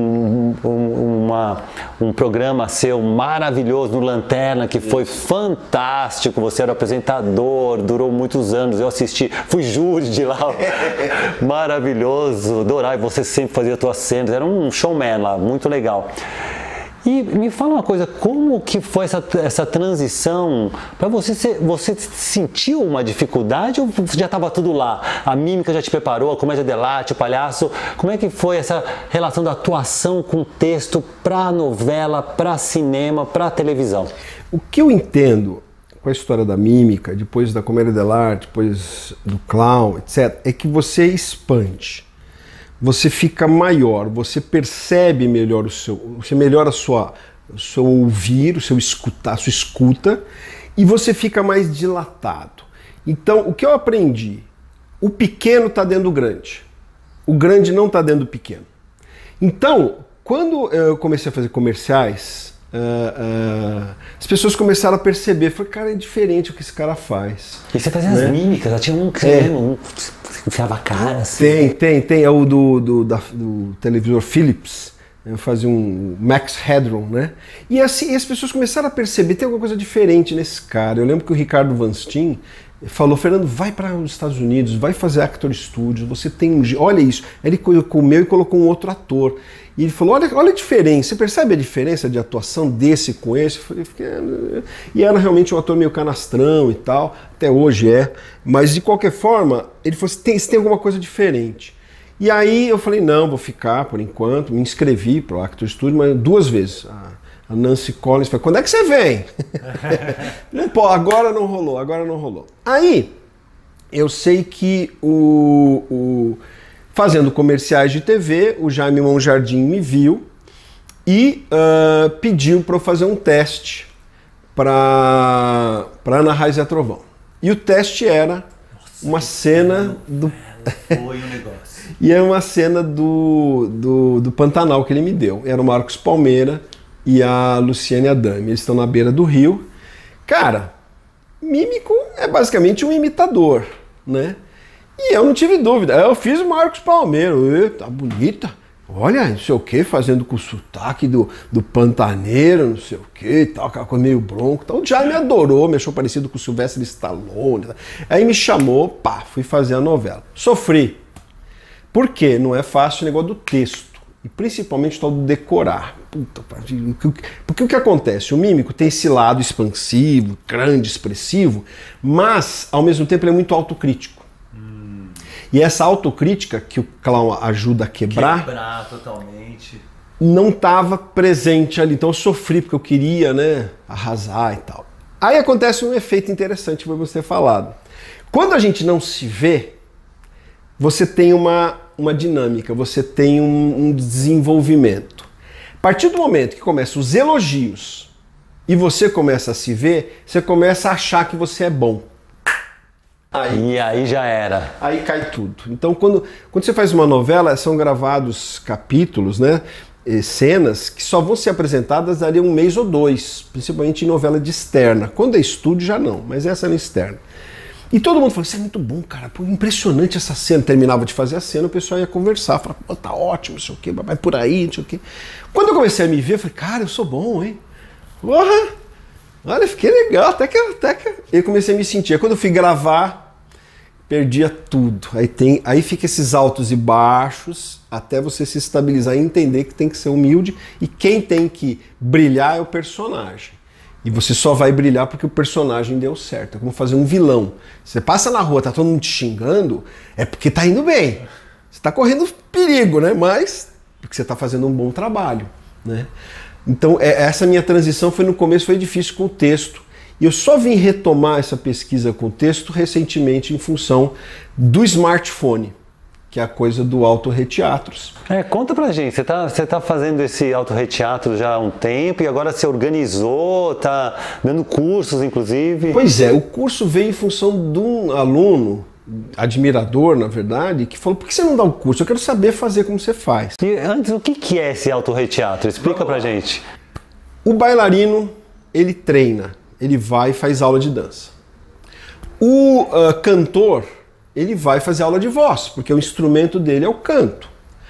programa seu maravilhoso no Lanterna, que foi fantástico, você era apresentador, durou muitos anos, eu assisti, fui júri de lá, maravilhoso, adorava, você sempre fazia tuas cenas, era um showman lá, muito legal. E me fala uma coisa, como que foi essa transição para você? Você sentiu uma dificuldade ou já estava tudo lá? A mímica já te preparou, a comédia dell'arte, o palhaço? Como é que foi essa relação da atuação com texto para novela, para cinema, para televisão? O que eu entendo com a história da mímica, depois da comédia dell'arte, depois do clown, etc., é que você expande. Você fica maior, você percebe melhor você melhora o seu ouvir, o seu escutar, a sua escuta, e você fica mais dilatado. Então, o que eu aprendi? O pequeno está dentro do grande. O grande não está dentro do pequeno. Então, quando eu comecei a fazer comerciais, as pessoas começaram a perceber, falei, cara, é diferente o que esse cara faz. E você fazia as mímicas, já tinha um que enfiava a cara assim. Tem, é o do televisor Philips, eu fazia um Max Headroom, né? E assim, as pessoas começaram a perceber, tem alguma coisa diferente nesse cara. Eu lembro que o Ricardo Van Steen falou, Fernando, vai para os Estados Unidos, vai fazer Actor Studio, você tem um... Olha isso. Ele comeu e colocou um outro ator. E ele falou, olha a diferença, você percebe a diferença de atuação desse com esse? E era realmente um ator meio canastrão e tal, até hoje é. Mas de qualquer forma, ele falou, se tem alguma coisa diferente. E aí eu falei, não, vou ficar por enquanto, me inscrevi para o Actor Studio, mas 2 vezes. A Nancy Collins falou, quando é que você vem? Não, pô, agora não rolou. Aí, eu sei que fazendo comerciais de TV, o Jaime Monjardim me viu e pediu para eu fazer um teste para Ana Raiz e Trovão. E o teste era uma cena do... Foi um negócio. E era uma cena do Pantanal que ele me deu. Era o Marcos Palmeira e a Luciane Adame. Eles estão na beira do rio. Cara, mímico é basicamente um imitador, né? E eu não tive dúvida. Eu fiz o Marcos Palmeira. Tá bonita. Olha, não sei o que, fazendo com o sotaque do pantaneiro, não sei o que, tal, aquela coisa meio bronco. Tal. Já me adorou, me achou parecido com o Sylvester Stallone. Aí me chamou, pá, fui fazer a novela. Sofri. Por quê? Não é fácil o negócio do texto. E principalmente o tal do decorar. Puta, porque o que acontece? O mímico tem esse lado expansivo, grande, expressivo, mas ao mesmo tempo ele é muito autocrítico. E essa autocrítica que o clown ajuda a quebrar totalmente, não estava presente ali. Então eu sofri porque eu queria, né, arrasar e tal. Aí acontece um efeito interessante que foi você falado. Quando a gente não se vê, você tem uma dinâmica, você tem um desenvolvimento. A partir do momento que começam os elogios e você começa a se ver, você começa a achar que você é bom. E aí já era. Aí cai tudo. Então, quando você faz uma novela, são gravados capítulos, né, cenas que só vão ser apresentadas dali 1 mês ou 2, principalmente em novela de externa. Quando é estúdio, já não, mas essa era externa. E todo mundo falou, isso é muito bom, cara, pô, impressionante essa cena. Terminava de fazer a cena, o pessoal ia conversar, falava, pô, tá ótimo, não sei o quê, vai por aí, não sei o quê. Quando eu comecei a me ver, eu falei, cara, eu sou bom, hein? Porra! Olha, fiquei legal, até que eu comecei a me sentir. Aí quando eu fui gravar, perdia tudo. Aí fica esses altos e baixos até você se estabilizar e entender que tem que ser humilde e quem tem que brilhar é o personagem. E você só vai brilhar porque o personagem deu certo. É como fazer um vilão. Você passa na rua, tá todo mundo te xingando, é porque tá indo bem. Você tá correndo perigo, né? Mas porque você tá fazendo um bom trabalho, né? Então essa minha transição no começo foi difícil com o texto. E eu só vim retomar essa pesquisa com o texto recentemente em função do smartphone, que é a coisa do autorreteatros. Conta pra gente, você tá fazendo esse autorreteatro já há um tempo e agora você organizou, tá dando cursos inclusive? Pois é, o curso veio em função de um aluno, admirador na verdade, que falou, por que você não dá o curso? Eu quero saber fazer como você faz. E antes, o que é esse autorreteatro? Explica pra gente. O bailarino, ele treina. Ele vai e faz aula de dança. O cantor, ele vai fazer aula de voz, porque o instrumento dele é o canto.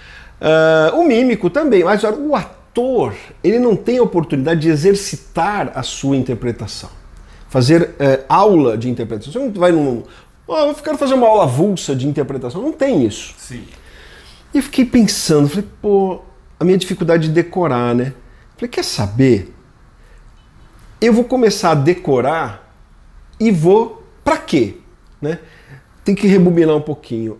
O mímico também, mas o ator, ele não tem a oportunidade de exercitar a sua interpretação. Fazer aula de interpretação. Você não vai eu quero fazer uma aula avulsa de interpretação. Não tem isso. Sim. E eu fiquei pensando, falei, pô, a minha dificuldade de decorar, né? Falei, quer saber? Eu vou começar a decorar e vou... Pra quê? Né? Tem que rebobinar um pouquinho.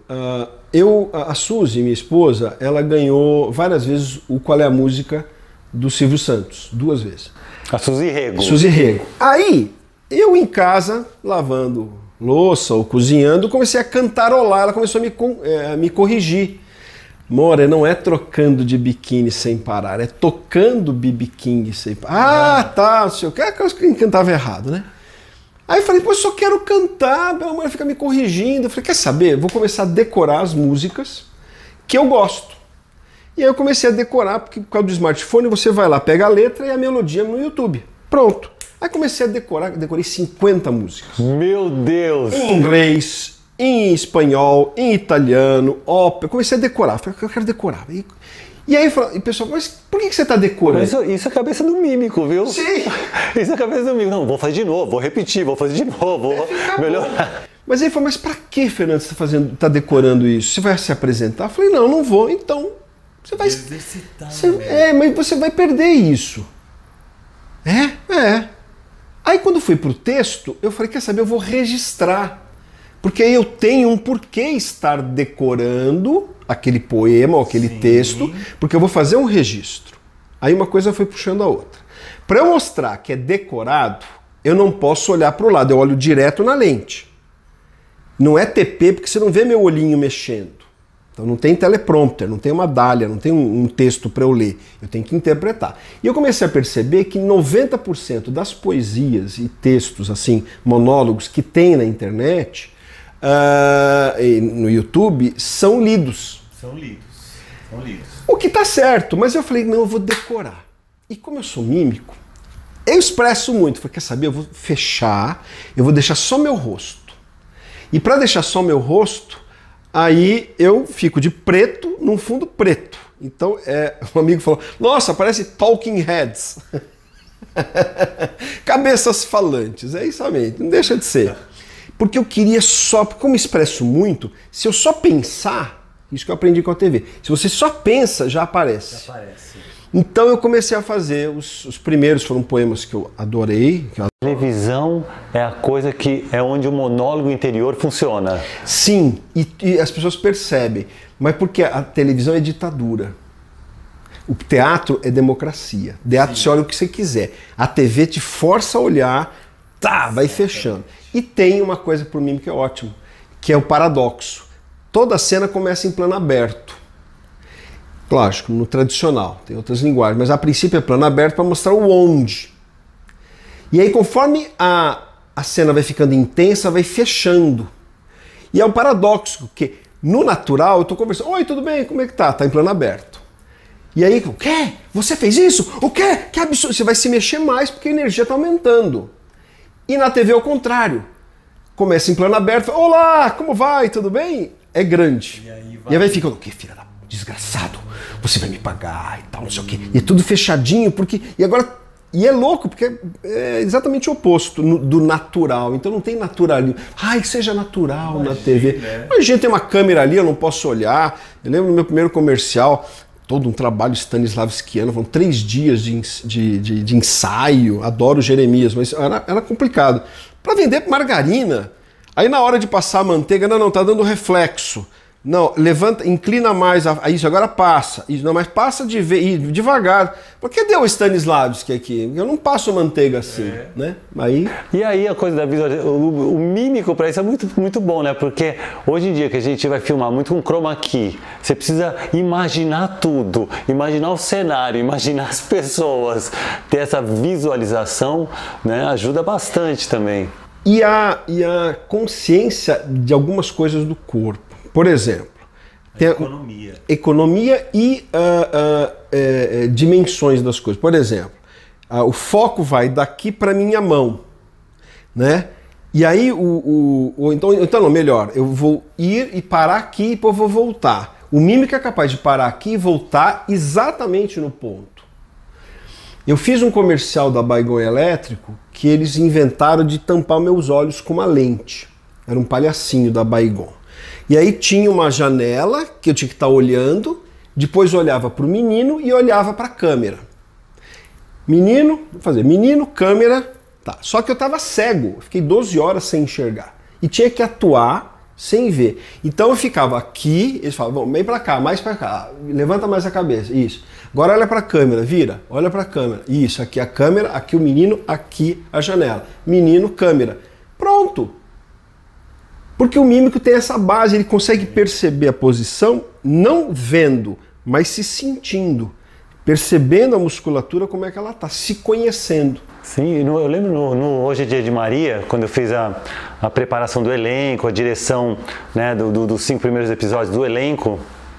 A Suzy, minha esposa, ela ganhou várias vezes o Qual é a Música do Silvio Santos. 2 vezes. A Suzy Rego. Suzy Rego. Aí, eu em casa, lavando louça ou cozinhando, comecei a cantarolar. Ela começou a me corrigir. More, não é trocando de biquíni sem parar, é tocando BB King sem parar. Ah, tá, não sei o que, é coisa que eu cantava errado, né? Aí eu falei, pô, eu só quero cantar, a mulher fica me corrigindo. Eu falei, quer saber? Vou começar a decorar as músicas que eu gosto. E aí eu comecei a decorar, porque por causa do smartphone você vai lá, pega a letra e a melodia no YouTube. Pronto. Aí comecei a decorar, decorei 50 músicas. Meu Deus! Em inglês, em espanhol, em italiano, ópera. Comecei a decorar. Falei, eu quero decorar. E aí o pessoal, mas por que você está decorando? Isso é a cabeça do mímico, viu? Sim! Isso é a cabeça do mímico. Não, vou fazer de novo, vou repetir, vou fazer de novo, vou melhorar. Mas aí ele falou, mas pra que, Fernando, você está decorando isso? Você vai se apresentar? Eu falei, não vou, então você vai... mas você vai perder isso. É. Aí quando fui pro texto, eu falei, quer saber, eu vou registrar. Porque aí eu tenho um porquê estar decorando aquele poema ou aquele texto, porque eu vou fazer um registro. Aí uma coisa foi puxando a outra. Para eu mostrar que é decorado, eu não posso olhar para o lado, eu olho direto na lente. Não é TP, porque você não vê meu olhinho mexendo. Então não tem teleprompter, não tem uma dália, não tem um texto para eu ler. Eu tenho que interpretar. E eu comecei a perceber que 90% das poesias e textos, assim, monólogos que tem na internet, no YouTube, são lidos. São lidos. O que tá certo, mas eu falei, não, eu vou decorar. E como eu sou mímico, eu expresso muito. Falei, quer saber, eu vou fechar, eu vou deixar só meu rosto. E para deixar só meu rosto, aí eu fico de preto num fundo preto. Então um amigo falou, nossa, parece Talking Heads. Cabeças falantes, é isso mesmo, não deixa de ser. Porque eu queria só, porque como expresso muito, se eu só pensar, isso que eu aprendi com a TV, se você só pensa, já aparece. Então eu comecei a fazer, os primeiros foram poemas que eu adorei. A televisão é a coisa que é onde o monólogo interior funciona. Sim, e as pessoas percebem, mas porque a televisão é ditadura. O teatro é democracia. Teatro você olha o que você quiser. A TV te força a olhar, vai fechando. E tem uma coisa por mim que é ótimo, que é o paradoxo. Toda cena começa em plano aberto. Lógico, no tradicional, tem outras linguagens, mas a princípio é plano aberto para mostrar o onde. E aí conforme a cena vai ficando intensa, vai fechando. E é um paradoxo, porque no natural eu estou conversando, oi, tudo bem, como é que tá? Tá em plano aberto. E aí, o quê? Você fez isso? O quê? Que absurdo! Você vai se mexer mais porque a energia está aumentando. E na TV é o contrário. Começa em plano aberto, olá, como vai? Tudo bem? É grande. E aí vai ficando, o quê, filha da desgraçado? Você vai me pagar e tal, não sei o quê. E é tudo fechadinho, porque... E é louco, porque é exatamente o oposto do natural. Então não tem naturalismo. Ai, seja natural na TV. Mas a gente tem uma câmera ali, eu não posso olhar. Eu lembro do meu primeiro comercial, todo um trabalho stanislavskiano, foram 3 dias de ensaio. Adoro Jeremias, mas era complicado. Para vender margarina, aí na hora de passar a manteiga, não, tá dando reflexo. Não, levanta, inclina mais, isso, agora passa. Isso, não, mas passa devagar. Por que deu o Stanislavski aqui? Eu não passo manteiga assim, né? E aí a coisa da visualização, o mímico para isso é muito, muito bom, né? Porque hoje em dia que a gente vai filmar muito com chroma key, você precisa imaginar tudo, imaginar o cenário, imaginar as pessoas, ter essa visualização, né? Ajuda bastante também. E a consciência de algumas coisas do corpo. Por exemplo, economia e dimensões das coisas. Por exemplo, o foco vai daqui para minha mão, né? E aí, então, melhor, eu vou ir e parar aqui e depois vou voltar. O mímico é capaz de parar aqui e voltar exatamente no ponto. Eu fiz um comercial da Baygon Elétrico que eles inventaram de tampar meus olhos com uma lente. Era um palhacinho da Baygon. E aí tinha uma janela que eu tinha que estar olhando, depois olhava para o menino e olhava para a câmera. Menino, vou fazer menino, câmera, tá. Só que eu estava cego, eu fiquei 12 horas sem enxergar. E tinha que atuar sem ver. Então eu ficava aqui, eles falavam, vem para cá, mais para cá, levanta mais a cabeça, isso. Agora olha para a câmera, vira, olha para a câmera, isso, aqui a câmera, aqui o menino, aqui a janela. Menino, câmera. Pronto. Porque o mímico tem essa base, ele consegue perceber a posição, não vendo, mas se sentindo, percebendo a musculatura como é que ela está, se conhecendo. Sim, eu lembro no Hoje é Dia de Maria, quando eu fiz a preparação do elenco, a direção, né, dos 5 primeiros episódios do elenco,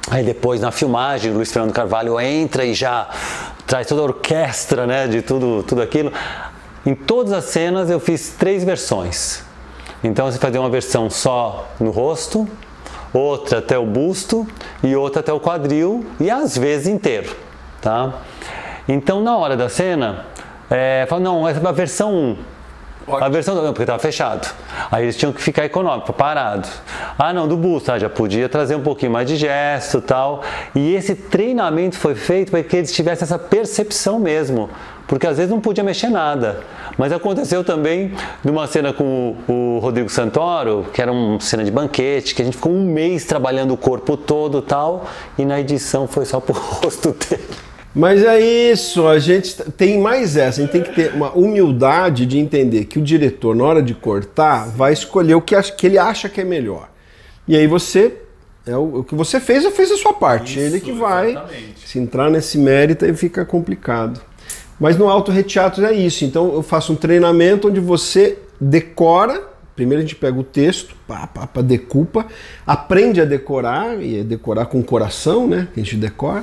Aí depois, na filmagem, o Luiz Fernando Carvalho entra e já traz toda a orquestra, né, de tudo aquilo. Em todas as cenas eu fiz 3 versões. Então você fazia uma versão só no rosto, outra até o busto e outra até o quadril e às vezes inteiro, tá? Então na hora da cena, fala, não, essa é a versão 1. A versão não, porque estava fechado. Aí eles tinham que ficar econômico, parado. Ah, não, do busto, já podia trazer um pouquinho mais de gesto e tal. E esse treinamento foi feito para que eles tivessem essa percepção mesmo. Porque às vezes não podia mexer nada. Mas aconteceu também numa cena com o Rodrigo Santoro, que era uma cena de banquete, que a gente ficou um mês trabalhando o corpo todo e tal, e na edição foi só pro rosto dele. Mas é isso, a gente tem mais essa, a gente tem que ter uma humildade de entender que o diretor, na hora de cortar, vai escolher o que ele acha que é melhor. E aí você, o que você fez a sua parte, isso, ele que vai, exatamente. Se entrar nesse mérito aí fica complicado. Mas no autorreteatro é isso, então eu faço um treinamento onde você decora, primeiro a gente pega o texto, decupa, aprende a decorar, e é decorar com o coração, né, que a gente decora,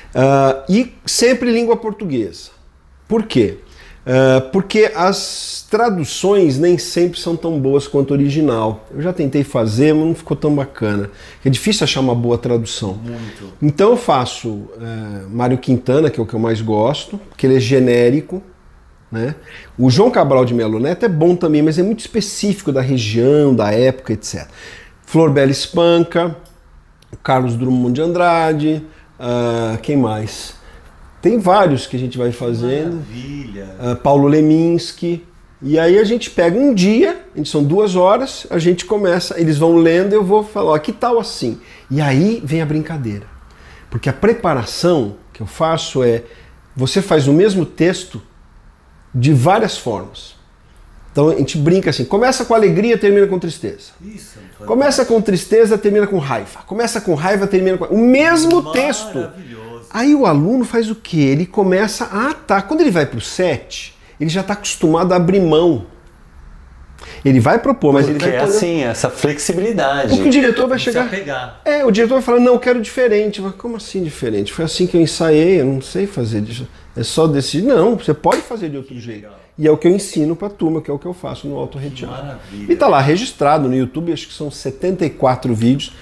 e sempre língua portuguesa. Por quê? Porque as traduções nem sempre são tão boas quanto o original. Eu já tentei fazer, mas não ficou tão bacana. É difícil achar uma boa tradução. Muito. Então eu faço Mário Quintana, que é o que eu mais gosto, porque ele é genérico, né? O João Cabral de Melo Neto é bom também, mas é muito específico da região, da época, etc. Flor Bela Espanca, Carlos Drummond de Andrade, quem mais? Tem vários que a gente vai fazendo. Maravilha. Paulo Leminski. E aí a gente pega um dia, são 2 horas, a gente começa, eles vão lendo, eu vou falar, ó, que tal assim? E aí vem a brincadeira. Porque a preparação que eu faço você faz o mesmo texto de várias formas. Então a gente brinca assim, começa com alegria, termina com tristeza. Isso. Começa com tristeza, termina com raiva. Começa com raiva, termina com... O mesmo texto. Maravilhoso. Aí o aluno faz o quê? Ele começa... Quando ele vai para o set, ele já está acostumado a abrir mão. Ele vai propor, mas ele vai... Porque é assim, essa flexibilidade. Porque o diretor vai chegar... O diretor vai falar, não, eu quero diferente. Mas como assim diferente? Foi assim que eu ensaiei, eu não sei fazer disso. É só decidir. Não, você pode fazer de outro jeito. Legal. E é o que eu ensino para a turma, que é o que eu faço no autorreteatro. E está lá registrado no YouTube, acho que são 74 vídeos.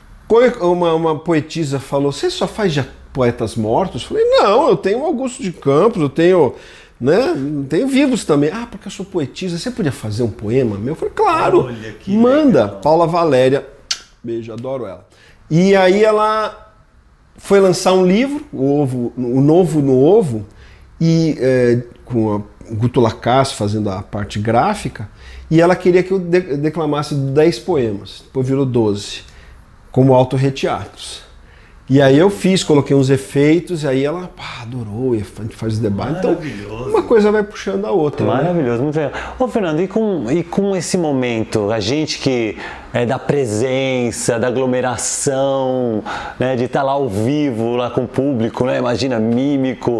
Uma poetisa falou, você só faz de poetas mortos? Eu falei, não, eu tenho Augusto de Campos, eu tenho, né, tenho vivos também. Porque eu sou poetisa, você podia fazer um poema meu? Eu falei, claro, manda. Legal. Paula Valéria, beijo, adoro ela. E aí ela foi lançar um livro, o Novo no Ovo, e com a Guto Lacaz fazendo a parte gráfica, e ela queria que eu declamasse 10 poemas, depois virou 12, como autorreteatros. E aí eu coloquei uns efeitos, e aí ela adorou, e a gente faz o debate. Então, uma coisa vai puxando a outra. Maravilhoso, né? Muito legal. Ô, Fernando, e com esse momento, a gente que é da presença, da aglomeração, né, de estar lá ao vivo, lá com o público, né, imagina, mímico.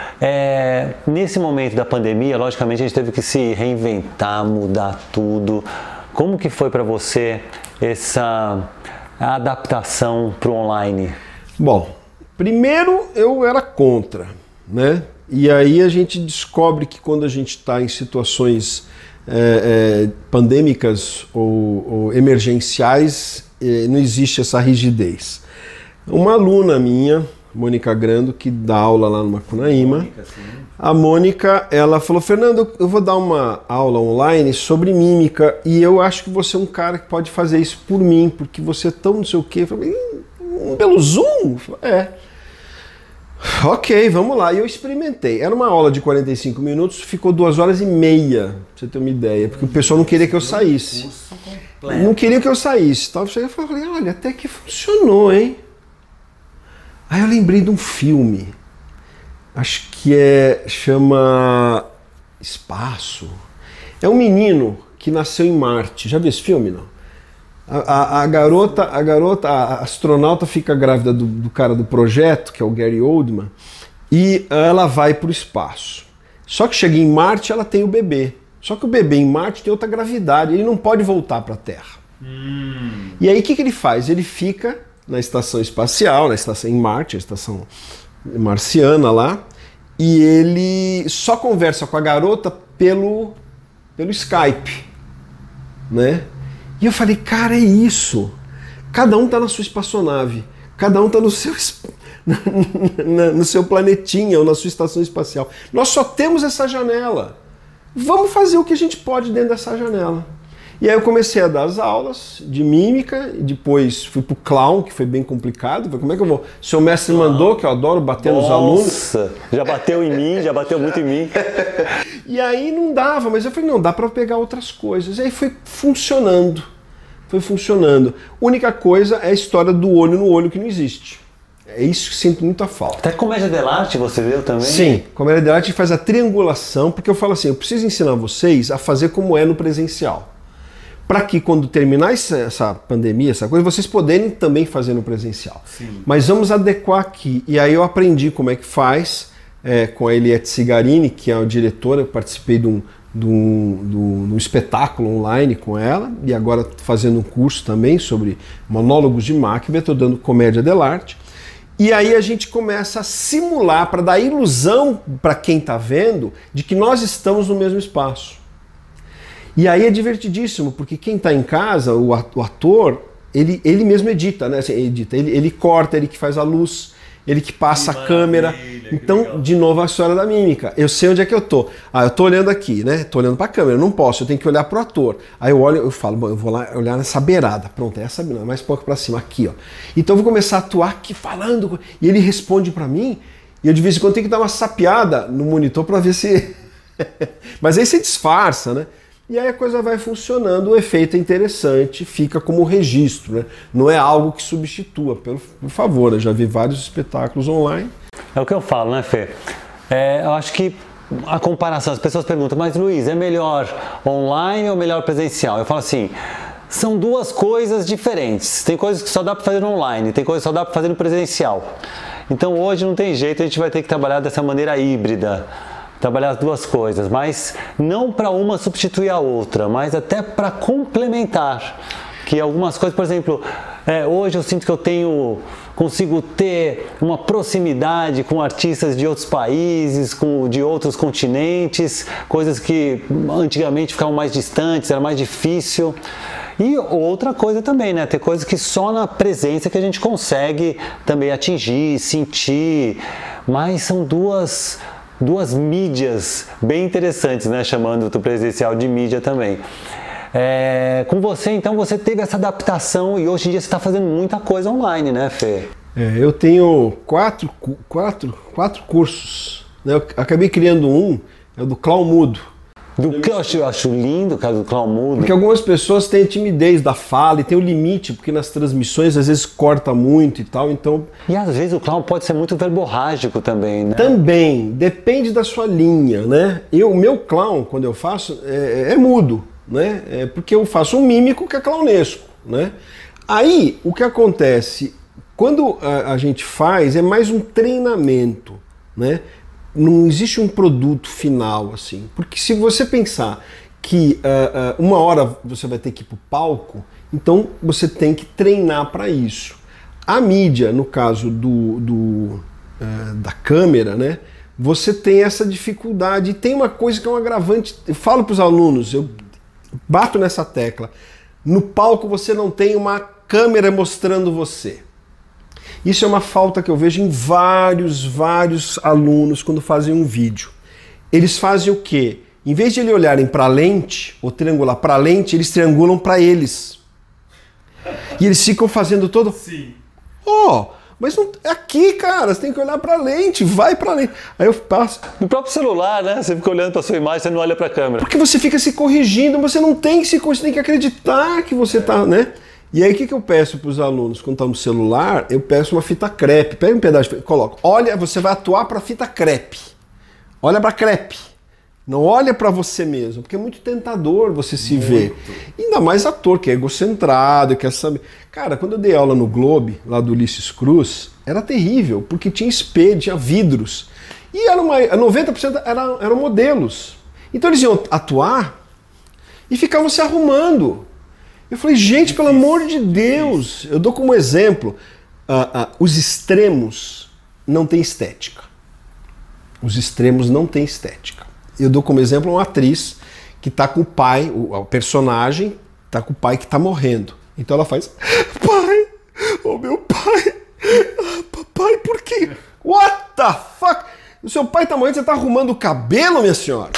Nesse momento da pandemia, logicamente, a gente teve que se reinventar, mudar tudo. Como que foi para você essa adaptação para o online? Bom, primeiro eu era contra, né? E aí a gente descobre que quando a gente está em situações pandêmicas ou emergenciais, não existe essa rigidez. Uma aluna minha, Mônica Grando, que dá aula lá no Macunaíma, a Mônica, ela falou, Fernando, eu vou dar uma aula online sobre mímica e eu acho que você é um cara que pode fazer isso por mim, porque você é tão não sei o quê. Eu falei, pelo Zoom? Eu falei, Ok, vamos lá. E eu experimentei. Era uma aula de 45 minutos, ficou 2h30, pra você ter uma ideia, porque o pessoal não queria que eu saísse. Não queria que eu saísse. Eu cheguei e falei, olha, até que funcionou, hein? Aí eu lembrei de um filme, acho que chama Espaço. É um menino que nasceu em Marte. Já viu esse filme, não? A garota, a astronauta fica grávida do cara do projeto, que é o Gary Oldman, e ela vai para o espaço. Só que chega em Marte, ela tem o bebê. Só que o bebê em Marte tem outra gravidade, ele não pode voltar para a Terra. E aí o que ele faz? Ele fica na estação espacial, em Marte, a estação marciana lá, e ele só conversa com a garota pelo Skype, né? E eu falei, cara, é isso. Cada um tá na sua espaçonave, cada um tá no seu no seu planetinha ou na sua estação espacial. Nós só temos essa janela. Vamos fazer o que a gente pode dentro dessa janela. E aí eu comecei a dar as aulas de mímica, e depois fui pro clown, que foi bem complicado. Falei, como é que eu vou? O seu mestre mandou, que eu adoro bater nos alunos. Nossa, já bateu em mim, já bateu muito em mim. E aí não dava, mas eu falei, não, dá para pegar outras coisas. E aí foi funcionando. Foi funcionando. Única coisa é a história do olho no olho que não existe. É isso que sinto muita falta. Até comédia dell'arte você viu também? Sim, comédia dell'arte faz a triangulação, porque eu falo assim, eu preciso ensinar vocês a fazer como é no presencial. Para que quando terminar essa pandemia, essa coisa, vocês poderem também fazer no presencial. Sim. Mas vamos adequar aqui. E aí eu aprendi como é que faz com a Eliette Cigarini, que é a diretora, eu participei de um espetáculo online com ela, e agora fazendo um curso também sobre monólogos de Macbeth, estou dando comédia dell'arte. E aí a gente começa a simular, para dar ilusão para quem está vendo, de que nós estamos no mesmo espaço. E aí é divertidíssimo, porque quem está em casa, o ator, ele mesmo edita, né? Assim, ele corta, ele que faz a luz, ele que passa a câmera. Então, de novo, a história da mímica. Eu sei onde é que eu tô. Ah, eu tô olhando aqui, né? Tô olhando para a câmera, eu não posso, eu tenho que olhar pro ator. Aí eu olho, eu falo, bom, eu vou lá olhar nessa beirada. Pronto, é essa beirada, mais pouco para cima, aqui, ó. Então eu vou começar a atuar aqui falando, e ele responde para mim, e eu de vez em quando tenho que dar uma sapeada no monitor para ver se... Mas aí você disfarça, né? E aí a coisa vai funcionando, o efeito é interessante, fica como registro, né? Não é algo que substitua, por favor, eu já vi vários espetáculos online. É o que eu falo, né, Fê? Eu acho que a comparação, as pessoas perguntam, mas Luiz, é melhor online ou melhor presencial? Eu falo assim, são duas coisas diferentes. Tem coisas que só dá para fazer no online, tem coisas que só dá para fazer no presencial. Então hoje não tem jeito, a gente vai ter que trabalhar dessa maneira híbrida. Trabalhar as duas coisas, mas não para uma substituir a outra, mas até para complementar. Que algumas coisas, por exemplo, hoje eu sinto que eu consigo ter uma proximidade com artistas de outros países, de outros continentes, coisas que antigamente ficavam mais distantes, era mais difícil. E outra coisa também, né? Ter coisas que só na presença que a gente consegue também atingir, sentir, mas são duas mídias bem interessantes, né? Chamando o presencial de mídia também. Com você, então, você teve essa adaptação e hoje em dia você está fazendo muita coisa online, né, Fê? Eu tenho quatro cursos, né? Eu acabei criando é o do clown mudo. Do que eu acho lindo, cara, do clown mudo. Porque algumas pessoas têm timidez da fala e tem o limite, porque nas transmissões às vezes corta muito e tal, então... E às vezes o clown pode ser muito verborrágico também, né? Também, depende da sua linha, né? O meu clown, quando eu faço, é mudo, né? Porque eu faço um mímico que é clownesco, né? Aí, o que acontece, quando a gente faz, é mais um treinamento, né? Não existe um produto final, assim. Porque se você pensar que uma hora você vai ter que ir para o palco, então você tem que treinar para isso. A mídia, no caso da câmera, né, você tem essa dificuldade. E tem uma coisa que é um agravante, eu falo para os alunos, eu bato nessa tecla, no palco você não tem uma câmera mostrando você. Isso é uma falta que eu vejo em vários alunos quando fazem um vídeo. Eles fazem o quê? Em vez de eles olharem para a lente, ou triangular para a lente, eles triangulam para eles. E eles ficam fazendo todo... Sim. Mas não, aqui, cara, você tem que olhar para a lente, vai para a lente. Aí eu passo... No próprio celular, né? Você fica olhando para sua imagem, você não olha para a câmera. Porque você fica se corrigindo, você não tem que se corrigir, você tem que acreditar que você está, né? E aí o que eu peço para os alunos quando estão no celular? Eu peço uma fita crepe, pega um pedaço, coloca, olha, você vai atuar para a fita crepe, olha para a crepe, não olha para você mesmo, porque é muito tentador você se ver, ainda mais ator que é egocentrado, quer saber. Cara, quando eu dei aula no Globe, lá do Ulisses Cruz, era terrível, porque tinha espelho, tinha vidros, e 90% eram modelos, então eles iam atuar e ficavam se arrumando. Eu falei, gente, pelo amor de Deus, eu dou como exemplo, os extremos não têm estética. Os extremos não têm estética. Eu dou como exemplo uma atriz que está com o pai, o personagem está com o pai que está morrendo. Então ela faz, pai, oh meu pai, papai, por quê? What the fuck? O seu pai está morrendo, você está arrumando o cabelo, minha senhora?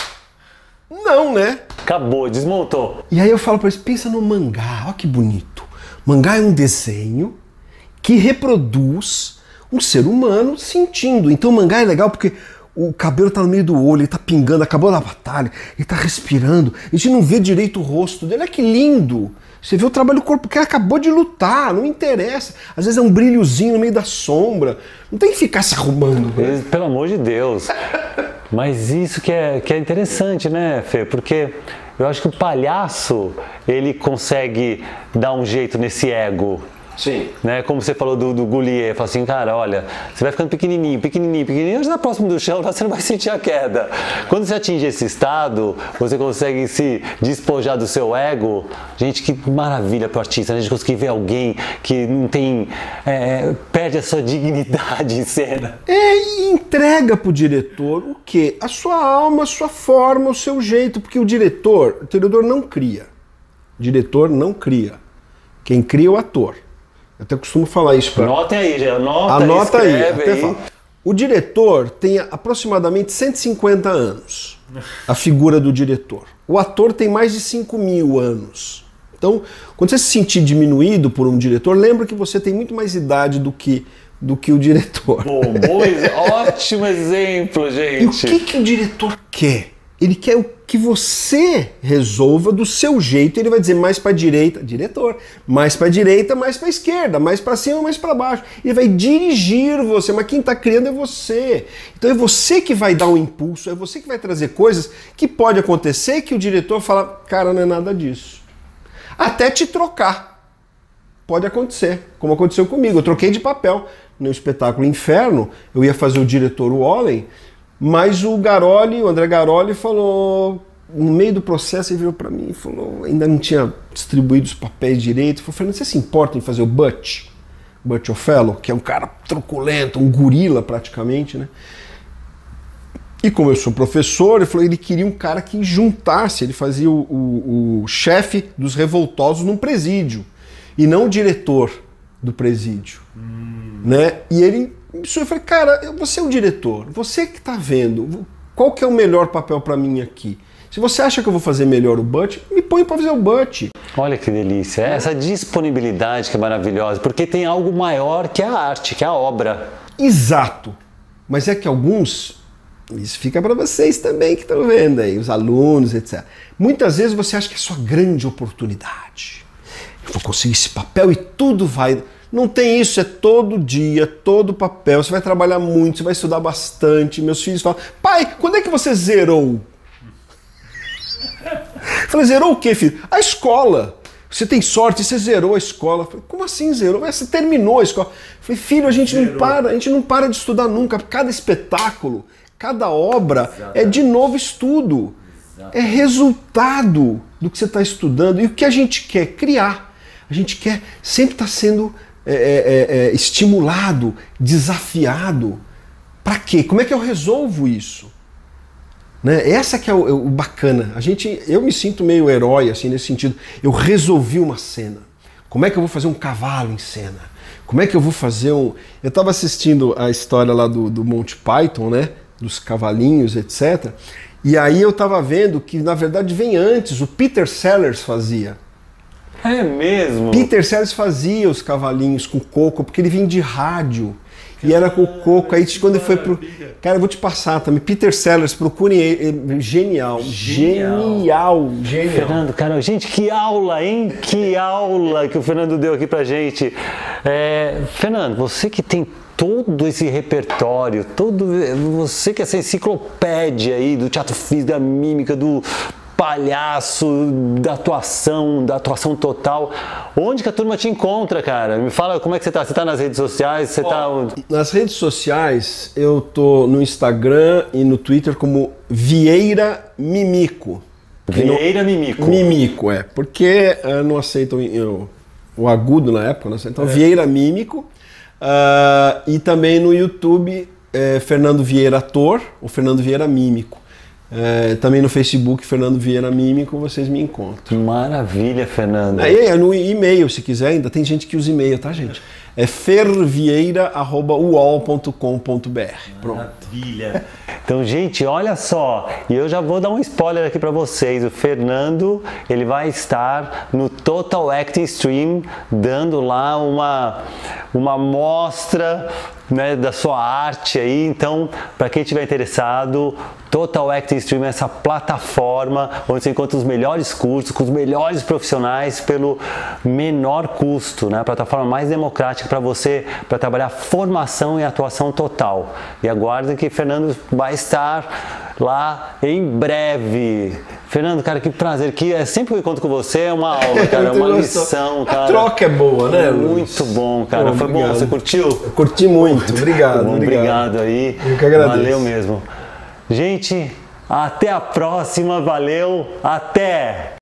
Não, né? Acabou, desmontou. E aí eu falo para eles, pensa no mangá, olha que bonito. Mangá é um desenho que reproduz um ser humano sentindo. Então o mangá é legal porque o cabelo tá no meio do olho, ele tá pingando, acabou a batalha, ele tá respirando, a gente não vê direito o rosto dele, olha que lindo. Você vê o trabalho do corpo, porque ele acabou de lutar, não interessa. Às vezes é um brilhozinho no meio da sombra, não tem que ficar se arrumando. Né? Pelo amor de Deus. Mas isso que é interessante, né, Fê? Porque eu acho que o palhaço, ele consegue dar um jeito nesse ego. Sim. Né? Como você falou do Goulier, fala assim, cara, olha, você vai ficando pequenininho, já está próximo do chão, você não vai sentir a queda. Quando você atinge esse estado, você consegue se despojar do seu ego. Gente, que maravilha para o artista, né? A gente conseguir ver alguém que não tem, perde a sua dignidade em cena. E entrega para o diretor o quê? A sua alma, a sua forma, o seu jeito, porque o diretor não cria. O diretor não cria. Quem cria é o ator. Eu até costumo falar isso para. Anotem aí, já anota aí. Até aí. O diretor tem aproximadamente 150 anos, a figura do diretor. O ator tem mais de 5.000 anos. Então, quando você se sentir diminuído por um diretor, lembra que você tem muito mais idade do que o diretor. Ótimo exemplo, gente. E o que o diretor quer? Ele quer o que você resolva do seu jeito. Ele vai dizer mais para a direita, diretor, mais para a direita, mais para a esquerda, mais para cima, mais para baixo. Ele vai dirigir você, mas quem está criando é você. Então é você que vai dar um impulso, é você que vai trazer coisas que pode acontecer que o diretor fala, cara, não é nada disso. Até te trocar. Pode acontecer, como aconteceu comigo. Eu troquei de papel no espetáculo Inferno, eu ia fazer o diretor Wallen, mas o André Garoli falou, no meio do processo, ele virou para mim e falou, ainda não tinha distribuído os papéis direito, falou, Fernando, você se importa em fazer o Butch Othello, que é um cara truculento, um gorila praticamente, né? E como eu sou professor, ele falou, ele queria um cara que juntasse, ele fazia o chefe dos revoltosos num presídio, e não o diretor do presídio, né? E ele... Eu falei, cara, você é o diretor, você que está vendo, qual que é o melhor papel para mim aqui? Se você acha que eu vou fazer melhor o Butch, me põe para fazer o Butch. Olha que delícia, essa disponibilidade que é maravilhosa, porque tem algo maior que a arte, que é a obra. Exato, mas é que alguns, isso fica para vocês também que estão vendo aí, os alunos, etc. Muitas vezes você acha que é a sua grande oportunidade. Eu vou conseguir esse papel e tudo vai... Não tem isso, é todo dia, todo papel, você vai trabalhar muito, você vai estudar bastante. Meus filhos falam, pai, quando é que você zerou? Eu falei, zerou o quê, filho? A escola. Você tem sorte, você zerou a escola. Eu falei, como assim zerou? Você terminou a escola. Eu falei, filho, a gente não para de estudar nunca. Cada espetáculo, cada obra é de novo estudo. É resultado do que você está estudando. E o que a gente quer? Criar. A gente quer sempre estar sendo... estimulado, desafiado. Para quê? Como é que eu resolvo isso? Né? Essa que é o bacana. Eu me sinto meio herói assim nesse sentido. Eu resolvi uma cena. Como é que eu vou fazer um cavalo em cena? Como é que eu vou fazer um... Eu estava assistindo a história lá do Monty Python, né? Dos cavalinhos, etc. E aí eu estava vendo que na verdade vem antes. O Peter Sellers fazia. É mesmo? Peter Sellers fazia os cavalinhos com coco, porque ele vinha de rádio. E era com coco. Aí quando ele foi pro... Cara, eu vou te passar também. Peter Sellers, procurem ele. Genial. Fernando, cara, gente, que aula, hein? Que aula que o Fernando deu aqui pra gente. Fernando, você que tem todo esse repertório, você que é essa enciclopédia aí do teatro físico, da mímica, do palhaço, da atuação total. Onde que a turma te encontra, cara? Me fala como é que você tá. Você tá nas redes sociais? Você tá onde? Nas redes sociais, eu tô no Instagram e no Twitter como Vieira Mimico. Vieira Mimico. Mimico, porque não aceitam o agudo na época, não aceitam. Então, Vieira Mímico. E também no YouTube, Fernando Vieira Ator ou Fernando Vieira Mímico. Também no Facebook, Fernando Vieira Mímico, vocês me encontram. Maravilha, Fernando. No e-mail, se quiser, ainda tem gente que usa e-mail, tá, gente? É fervieira@uol.com.br. Pronto. Maravilha. Então, gente, olha só, e eu já vou dar um spoiler aqui para vocês. O Fernando, ele vai estar no Total Acting Stream, dando lá uma mostra, né, da sua arte aí. Então, para quem estiver interessado, Total Acting Stream é essa plataforma onde você encontra os melhores cursos com os melhores profissionais pelo menor custo, né? A plataforma mais democrática para você, para trabalhar formação e atuação total. E aguardem que Fernando vai estar lá em breve. Fernando, cara, que prazer. Sempre que eu encontro com você é uma aula, cara, é uma lição, cara. A troca é boa, né, Luiz? Muito bom, cara. Foi bom, você curtiu? Eu curti muito, obrigado. Obrigado aí. Eu que agradeço. Valeu mesmo. Gente, até a próxima, valeu, até!